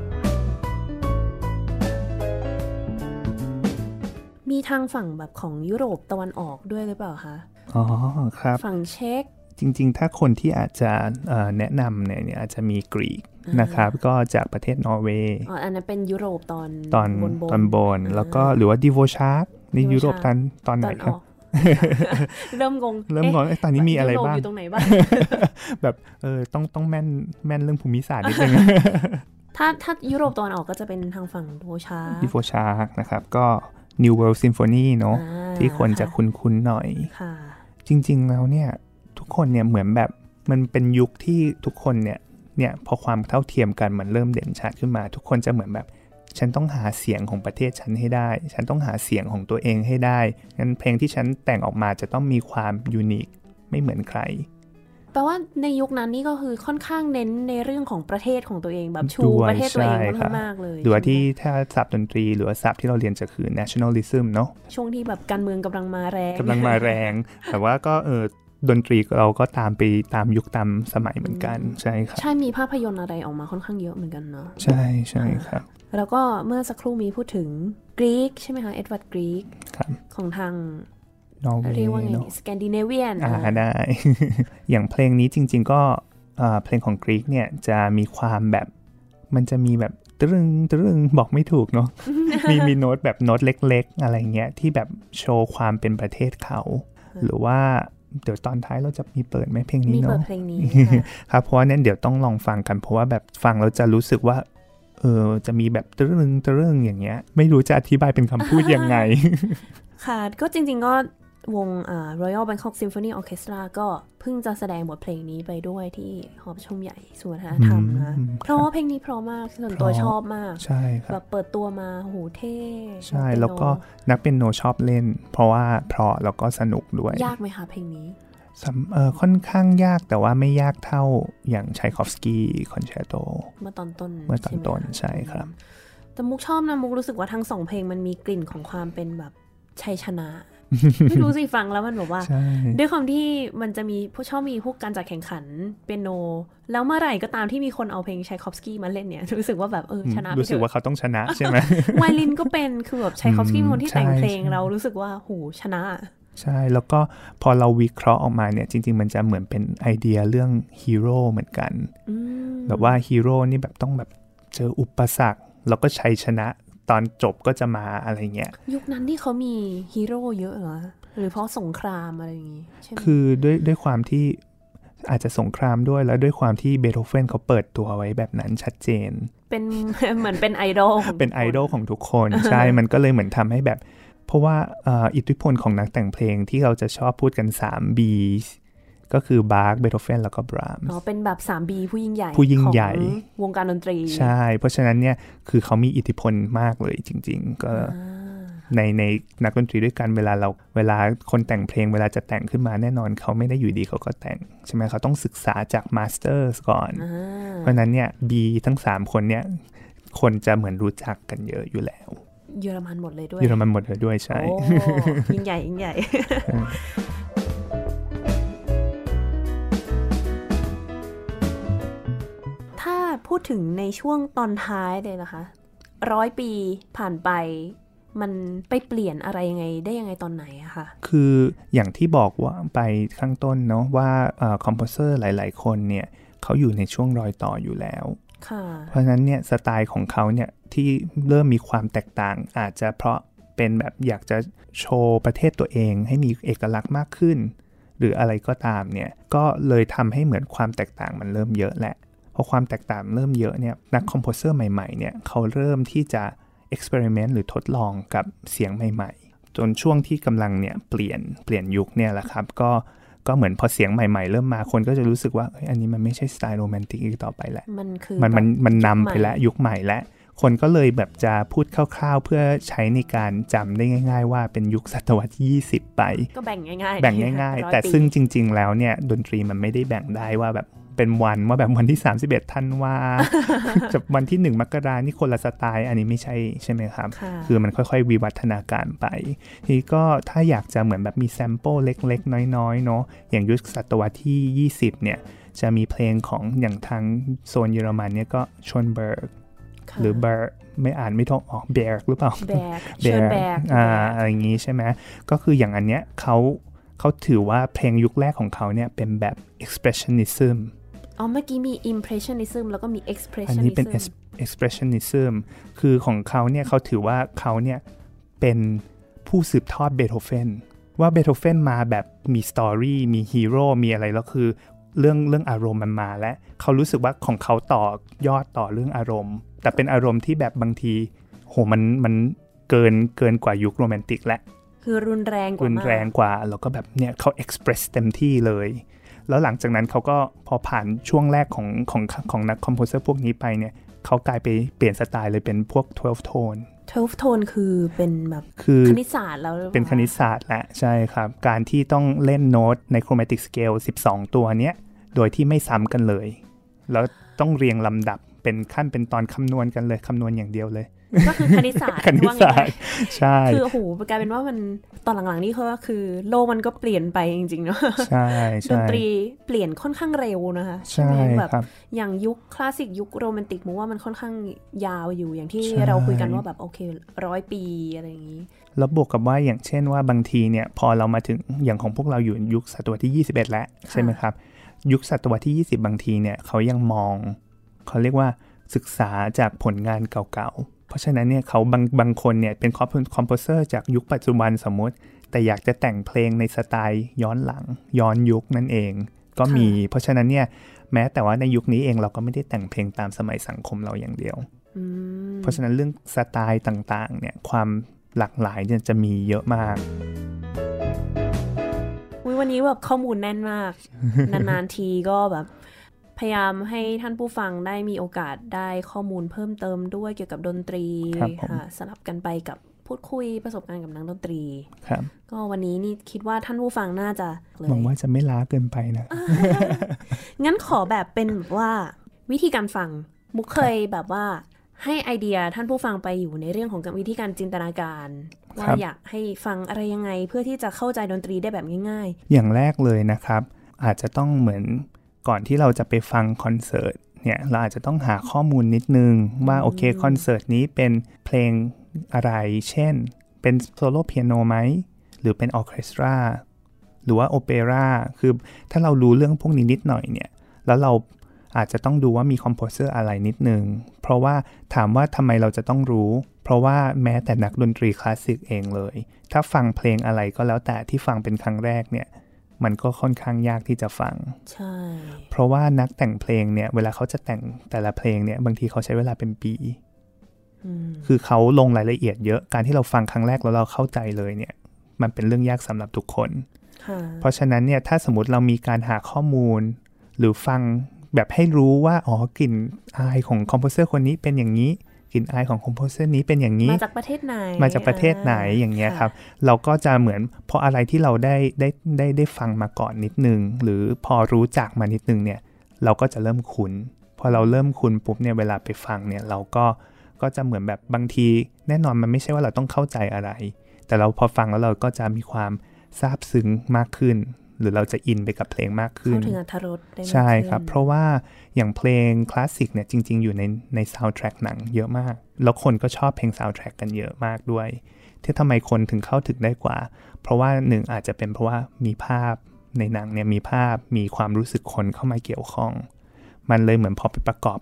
มีทางฝั่งแบบของยุโรปตะวันออกด้วยหรือเปล่าคะอ๋อครับฝั่งเช็กจริงๆถ้าคนที่อาจจะแนะนำเนี่ยอาจจะมีกรีกนะครับก็จากประเทศนอร์เวย์อ๋ออันนั้นเป็นยุโรปตอนตอนตอนบนแล้วก็หรือว่าดิโวชาร์กนี่ยุโรปตอนตอนไหนครับเริ่มงงเริ่มงงไอ้ตอนนี้มีอะไรบ้างอยู่ตรงไหนบ้างแบบเออต้องต้องแม่นแม่นเรื่องภูมิศาสตร์นิดนึงถ้าถ้ายุโรปตอนออกก็จะเป็นทางฝั่งดิโวชาร์กดิโวชาร์กนะครับก็ New World Symphony เนาะที่คนจะคุ้นๆหน่อยจริงๆแล้วเนี่ยทุกคนเนี่ยเหมือนแบบมันเป็นยุคที่ทุกคนเนี่ยเนี่ยพอความเท่าเทียมกันมันเริ่มเด่นชัดขึ้นมาทุกคนจะเหมือนแบบฉันต้องหาเสียงของประเทศฉันให้ได้ฉันต้องหาเสียงของตัวเองให้ได้งั้นเพลงที่ฉันแต่งออกมาจะต้องมีความยูนิคไม่เหมือนใครแปลว่าในยุคนั้นนี่ก็คือค่อนข้างเน้นในเรื่องของประเทศของตัวเองแบบชูประเทศตัวเองมากเลยหรือว่าที่ถ้าศัพท์ดนตรีหรือว่าศัพท์ที่เราเรียนจะคือ nationalism เนาะช่วงที่แบบการเมืองกำลังมาแรงกำลังมาแรงแต่ว่าก็เออดนตรีเราก็ตามไปตามยุคตามสมัยเหมือนกันใช่ครับใช่มีภาพยนตร์อะไรออกมาค่อนข้างเยอะเหมือนกันเนาะใช่ใช่ครับแล้วก็เมื่อสักครู่มีพูดถึงกรีกใช่ไหมคะเอ็ดวาร์ดกรีกของทางเรียกว่าไงสแกนดิเนเวียนอ่าได้ อย่างเพลงนี้จริงๆก็เพลงของกรีกเนี่ยจะมีความแบบมันจะมีแบบตรึงตรึงบอกไม่ถูกเนาะ มีมีโน้ตแบบโน้ตเล็กๆอะไรเงี้ยที่แบบโชว์ความเป็นประเทศเขาหรือว่าเดี๋ยวตอนท้ายเราจะมีเปิดไหมเพลงนี้เนาะมีเปิดเพลงนี้ครับเพราะว่าเนี่ยเดี๋ยวต้องลองฟังกันเพราะว่าแบบฟังแล้วจะรู้สึกว่าเออจะมีแบบตรึงตรึงอย่างเงี้ยไม่รู้จะอธิบายเป็นคำพูดยังไงค่ะก็จริงๆก็วง Royal Bangkok Symphony Orchestra ก็เพิ่งจะแสดงบทเพลงนี้ไปด้วยที่หอประชุมใหญ่ส่วนวัฒนธรรมนะเพราะว่าเพลงนี้เพราะมากส่วนตัวชอบมากใช่ครับแบบเปิดตัวมาโหเท่ใช่แล้วก็นักเปียโนชอบเล่นเพราะว่าเพราะแล้วก็สนุกด้วยยากไหมคะเพลงนี้เอ่อค่อนข้างยากแต่ว่าไม่ยากเท่าอย่างไชคอฟสกี้คอนแชร์โตเมื่อตอนต้นเมื่อตอนต้นใช่ครับแต่มุกชอบนะมุกรู้สึกว่าทั้งสองเพลงมันมีกลิ่นของความเป็นแบบชัยชนะไม่รู้สิฟังแล้วมันแบบว่าด้วยความที่มันจะมีผู้ชอบมีพวกการจัดแข่งขันเปียโนแล้วเมื่อไหร่ก็ตามที่มีคนเอาเพลงไชคอฟสกี้มาเล่นเนี่ยรู้สึกว่าแบบเออชนะรู้สึกว่าเขาต้องชนะใช่ไหมไวลินก็เป็นคือแบบไชคอฟสกี้เป็นคนที่แต่งเพลงเรารู้สึกว่าโหชนะใช่แล้วก็พอเราวิเคราะห์ออกมาเนี่ยจริงๆมันจะเหมือนเป็นไอเดียเรื่องฮีโร่เหมือนกันแบบว่าฮีโร่นี่แบบต้องแบบเจออุปสรรคแล้วก็ชัยชนะตอนจบก็จะมาอะไรเงี้ยยุคนั้นที่เขามีฮีโร่เยอะเหรอหรือเพราะสงครามอะไรอย่างงี้ใช่ไหมคือด้วยด้วยความที่อาจจะสงครามด้วยแล้วด้วยความที่เบโธเฟนเขาเปิดตัวไว้แบบนั้นชัดเจนเป็นเหมือนเป็นไอดอลเป็นไอดอลของทุกคนใช่มันก็เลยเหมือนทำให้แบบเพราะว่าอิทธิพลของนักแต่งเพลงที่เราจะชอบพูดกัน ทรี บี ก็คือบาร์กเบโธเฟนแล้วก็บรามส์อ๋อเป็นแบบ ทรี บี ผู้ยิ่งใหญ่ผู้ยิ่งใหญ่ของวงการดนตรีใช่เพราะฉะนั้นเนี่ยคือเขามีอิทธิพลมากเลยจริงๆก็ในในนักดนตรีด้วยกันเวลาเราเวลาคนแต่งเพลงเวลาจะแต่งขึ้นมาแน่นอนเขาไม่ได้อยู่ดีเขาก็แต่งใช่ไหมเขาต้องศึกษาจากมาสเตอร์ก่อนเพราะนั้นเนี่ยบีทั้งสามคนเนี่ยคนจะเหมือนรู้จักกันเยอะอยู่แล้วเยอรมันหมดเลยด้วยเยอรมันหมดเลยด้วยใช่ยิ่งใหญ่ยิ่งใหญ่ถ้าพูดถึงในช่วงตอนท้ายเลยนะคะร้อยปีผ่านไปมันไปเปลี่ยนอะไรยังไงได้ยังไงตอนไหนอะคะคืออย่างที่บอกว่าไปข้างต้นเนาะว่าคอมโพเซอร์หลายๆคนเนี่ยเขาอยู่ในช่วงรอยต่ออยู่แล้วเพราะฉะนั้นเนี่ยสไตล์ของเขาเนี่ยที่เริ่มมีความแตกต่างอาจจะเพราะเป็นแบบอยากจะโชว์ประเทศตัวเองให้มีเอกลักษณ์มากขึ้นหรืออะไรก็ตามเนี่ยก็เลยทำให้เหมือนความแตกต่างมันเริ่มเยอะแหละพอความแตกต่างเริ่มเยอะเนี่ยนักคอมโพเซอร์ใหม่ๆเนี่ยเขาเริ่มที่จะ experiment หรือทดลองกับเสียงใหม่ๆจนช่วงที่กำลังเนี่ยเปลี่ยนเปลี่ยนยุคเนี่ยแหละครับก็ก็เหมือนพอเสียงใหม่ๆเริ่มมาคนก็จะรู้สึกว่าเอ้ยอันนี้มันไม่ใช่สไตล์โรแมนติกอีกต่อไปแล้วมันคือมันมันมันนำไปแล้วยุคใหม่แล้วคนก็เลยแบบจะพูดคร่าวๆเพื่อใช้ในการจำได้ง่ายๆว่าเป็นยุคศตวรรษที่ยี่สิบไปก็แบ่งง่ายๆแบ่งง่ายๆแต่ซึ่งจริงๆแล้วเนี่ยดนตรีมันไม่ได้แบ่งได้ว่าแบบเป็นวันว่าแบบวันที่สามสิบเอ็ดธันวาจะวันที่หนึ่งมกรานี่คนละสไตล์อันนี้ไม่ใช่ใช่ไหมครับคือมันค่อยๆวิวัฒนาการไปทีนี้ก็ถ้าอยากจะเหมือนแบบมีแซมเปิลเล็กๆน้อยๆเนาะอย่างยุคศตวรรษที่ยี่สิบเนี่ยจะมีเพลงของอย่างทางโซนเยอรมันเนี่ยก็ชอนเบิร์กหรือเบอร์ไม่อ่านไม่ท้องออกเบร์กหรือเปล่าเบร์กเชิญเบร์กอ่าอะไรอย่างงี้ใช่ไหมก็คืออย่างอันเนี้ยเขาเขาถือว่าเพลงยุคแรกของเขาเนี่ยเป็นแบบ expressionism อ๋อเมื่อกี้มี impressionism แล้วก็มี expressionism อันนี้เป็น expressionism คือของเขาเนี่ยเขาถือว่าเขาเนี่ยเป็นผู้สืบทอดเบโธเฟนว่าเบโธเฟนมาแบบมีสตอรี่มีฮีโร่มีอะไรแล้วคือเรื่องเรื่องอารมณ์มันมาแล้วเขารู้สึกว่าของเขาต่อยอดต่อเรื่องอารมณ์แต่เป็นอารมณ์ที่แบบบางทีโหมันมันเกินเกินกว่ายุคโรแมนติกแล้วคือรุนแรงกว่ารุนแรงกว่าแล้วก็แบบเนี่ยเขาเอ็กซ์เพรสเต็มที่เลยแล้วหลังจากนั้นเขาก็พอผ่านช่วงแรกของของของนักคอมโพเซอร์พวกนี้ไปเนี่ยเขากลายไปเปลี่ยนสไตล์เลยเป็นพวกสิบสองโทนสิบสองโทนคือเป็นแบบคณิตศาสตร์แล้วเป็นคณิตศาสตร์แหละใช่ครับการที่ต้องเล่นโน้ตในโครแมติกสเกลสิบสองตัวเนี้ยโดยที่ไม่ซ้ำกันเลยแล้วต้องเรียงลำดับเป็นขั้นเป็นตอนคำนวณกันเลยคำนวณอย่างเดียวเลยก็คือคณิตศาสตร์คณิตศาสตร์ใช่คือโอ้โหกลายเป็นว่ามันตอนหลังๆนี่เขาก็คือโลกมันก็เปลี่ยนไปจริงๆเนาะใช่ดนตรีเปลี่ยนค่อนข้างเร็วนะคะใช่แบบอย่างยุคคลาสสิกยุคโรแมนติกมุว่ามันค่อนข้างยาวอยู่อย่างที่เราคุยกันว่าแบบโอเคร้อยปีอะไรอย่างนี้แล้วบวกกับว่าอย่างเช่นว่าบางทีเนี่ยพอเรามาถึงอย่างของพวกเราอยู่ยุคศตวรรษที่ยี่สิบเอ็ดแล้วใช่ไหมครับยุคศตวรรษที่ยี่สิบบางทีเนี่ยเขายังมองเขาเรียกว่าศึกษาจากผลงานเก่าๆเพราะฉะนั้นเนี่ยเขาบางบางคนเนี่ยเป็นคอมโพเซอร์จากยุคปัจจุบันสมมติแต่อยากจะแต่งเพลงในสไตล์ย้อนหลังย้อนยุคนั่นเองก็มีเพราะฉะนั้นเนี่ยแม้แต่ว่าในยุคนี้เองเราก็ไม่ได้แต่งเพลงตามสมัยสังคมเราอย่างเดียวเพราะฉะนั้นเรื่องสไตล์ต่างๆเนี่ยความหลากหลายเนี่ยจะมีเยอะมากวันนี้แบบข้อมูลแน่นมาก นานๆทีก็แบบพยายามให้ท่านผู้ฟังได้มีโอกาสได้ข้อมูลเพิ่มเติมด้วยเกี่ยวกับดนตรีค่ะสลับกันไปกับพูดคุยประสบการณ์กับนักดนตรีก็วันนี้นี่คิดว่าท่านผู้ฟังน่าจะหวังว่าจะไม่ล้าเกินไปนะงั้นขอแบบเป็นแบบว่าวิธีการฟังมุกเคยแบบว่าให้ไอเดียท่านผู้ฟังไปอยู่ในเรื่องของวิธีการจินตนาการว่าอยากให้ฟังอะไรยังไงเพื่อที่จะเข้าใจดนตรีได้แบบง่ายๆอย่างแรกเลยนะครับอาจจะต้องเหมือนก่อนที่เราจะไปฟังคอนเสิร์ตเนี่ยเราอาจจะต้องหาข้อมูลนิดนึงว่าโอเคคอนเสิร์ตนี้เป็นเพลงอะไรเช่นเป็นโซโล่เปียโนไหมหรือเป็นออร์เคสตราหรือว่าโอเปร่าคือถ้าเรารู้เรื่องพวกนี้นิดหน่อยเนี่ยแล้วเราอาจจะต้องดูว่ามีคอมโพเซอร์อะไรนิดนึงเพราะว่าถามว่าทำไมเราจะต้องรู้เพราะว่าแม้แต่นักดนตรีคลาสสิกเองเลยถ้าฟังเพลงอะไรก็แล้วแต่ที่ฟังเป็นครั้งแรกเนี่ยมันก็ค่อนข้างยากที่จะฟังใช่เพราะว่านักแต่งเพลงเนี่ยเวลาเขาจะแต่งแต่ละเพลงเนี่ยบางทีเขาใช้เวลาเป็นปีคือเขาลงรายละเอียดเยอะการที่เราฟังครั้งแรกแล้วเราเข้าใจเลยเนี่ยมันเป็นเรื่องยากสำหรับทุกคนเพราะฉะนั้นเนี่ยถ้าสมมติเรามีการหาข้อมูลหรือฟังแบบให้รู้ว่าอ๋อกลิ่นอายของคอมโพเซอร์คนนี้เป็นอย่างนี้กลิ่นอายของคอมโพเซอร์นี้เป็นอย่างนี้มาจากประเทศไหนมาจากประเทศไหนอย่างเงี้ยครับเราก็จะเหมือนพออะไรที่เราได้ได้ได้ได้ฟังมาก่อนนิดนึงหรือพอรู้จักมานิดนึงเนี่ยเราก็จะเริ่มคุ้นพอเราเริ่มคุ้นปุ๊บเนี่ยเวลาไปฟังเนี่ยเราก็ก็จะเหมือนแบบบางทีแน่นอนมันไม่ใช่ว่าเราต้องเข้าใจอะไรแต่เราพอฟังแล้วเราก็จะมีความซาบซึ้งมากขึ้นหรือเราจะอินไปกับเพลงมากขึ้นเข้าถึงอรรถรสได้มากขึ้นใช่ครับเพราะว่าอย่างเพลงคลาสสิกเนี่ยจริงๆอยู่ในในซาวด์แทร็กหนังเยอะมากแล้วคนก็ชอบเพลงซาวด์แทร็กกันเยอะมากด้วยที่ทำไมคนถึงเข้าถึงได้กว่าเพราะว่าหนึ่งอาจจะเป็นเพราะว่ามีภาพในหนังเนี่ยมีภาพมีความรู้สึกคนเข้ามาเกี่ยวข้องมันเลยเหมือนพอไปประกอบปุ๊บ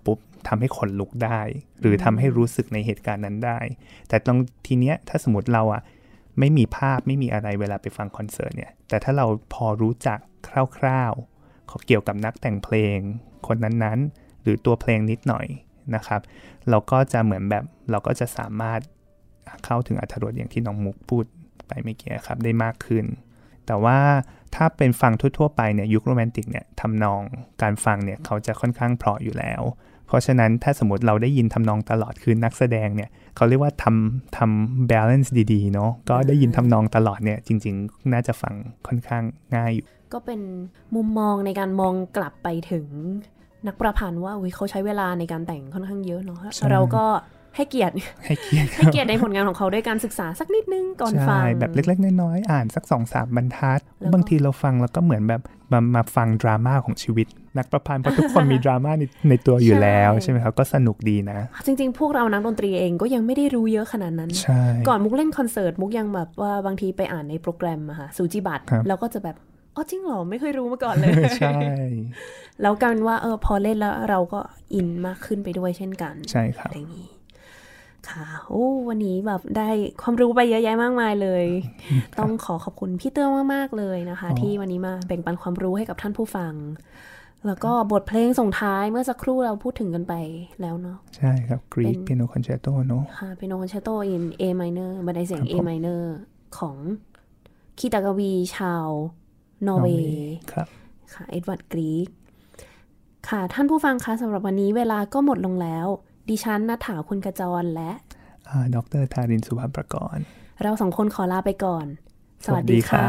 ทำให้ขนลุกได้หรือทำให้รู้สึกในเหตุการณ์นั้นได้แต่ตรงทีเนี้ยถ้าสมมติเราอะไม่มีภาพไม่มีอะไรเวลาไปฟังคอนเสิร์ตเนี่ยแต่ถ้าเราพอรู้จักคร่าวๆเกี่ยวกับนักแต่งเพลงคนนั้นๆหรือตัวเพลงนิดหน่อยนะครับเราก็จะเหมือนแบบเราก็จะสามารถเข้าถึงอรรถรสอย่างที่น้องมุกพูดไปเมื่อกี้ครับได้มากขึ้นแต่ว่าถ้าเป็นฟังทั่วๆไปเนี่ยยุคโรแมนติกเนี่ยทำนองการฟังเนี่ยเขาจะค่อนข้างเพราะอยู่แล้วเพราะฉะนั้นถ้าสมมติเราได้ยินทำนองตลอดคือนักแสดงเนี่ยเขาเรียกว่าทำทำ balance ดีๆเนาะก็ได้ยินทำนองตลอดเนี่ยจริงๆน่าจะฟังค่อนข้างง่ายอยู่ก็เป็นมุมมองในการมองกลับไปถึงนักประพันธ์ว่าอุ๊ยเขาใช้เวลาในการแต่งค่อนข้างเยอะเนาะเราก็ให้เกียรติให้เกียรติให้เกียรติในผลงานของเขาด้วยการศึกษาสักนิดนึงก่อนฟังแบบเล็กๆน้อยๆอ่านสัก สองถึงสาม บรรทัดบางทีเราฟังแล้วก็เหมือนแบบมามาฟังดราม่าของชีวิตนักประพันธ์เพราะทุกคนมีดราม่าในในตัวอยู่แล้วใช่ไหมครับก็สนุกดีนะจริงๆพวกเรานักดนตรีเองก็ยังไม่ได้รู้เยอะขนาดนั้นก่อนมุกเล่นคอนเสิร์ตมุกยังแบบว่าบางทีไปอ่านในโปรแกรมอะค่ะสูจิบัตรแล้วก็จะแบบอ๋อจริงเหรอไม่เคยรู้มาก่อนเลยใช่แล้วกันว่าเออพอเล่นแล้วเราก็อินมากขึ้นไปด้วยเช่นกันใช่ครับอย่างนี้ค่ะโอ้วันนี้แบบได้ความรู้ไปเยอะแยะมากมายเลยต้องขอขอบคุณพี่เตื้องมากๆเลยนะคะที่วันนี้มาแบ่งปันความรู้ให้กับท่านผู้ฟังแล้วก็บทเพลงส่งท้ายเมื่อสักครู่เราพูดถึงกันไปแล้วเนาะใช่ครับ Greek Piano Concerto เนาะค่ะ Piano Concerto in A minor บันไดเสียง A minor ของคีตากวีชาวนอร์เวย์ค่ะเอ็ดวัร์ดกรีกค่ะท่านผู้ฟังคะสำหรับวันนี้เวลาก็หมดลงแล้วดิฉันณัฐฐาคุณขจรและดร.ธารินทร์สุภาพประกรณ์เราสองคนขอลาไปก่อนสวัสดีค่ะ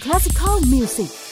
Classical Music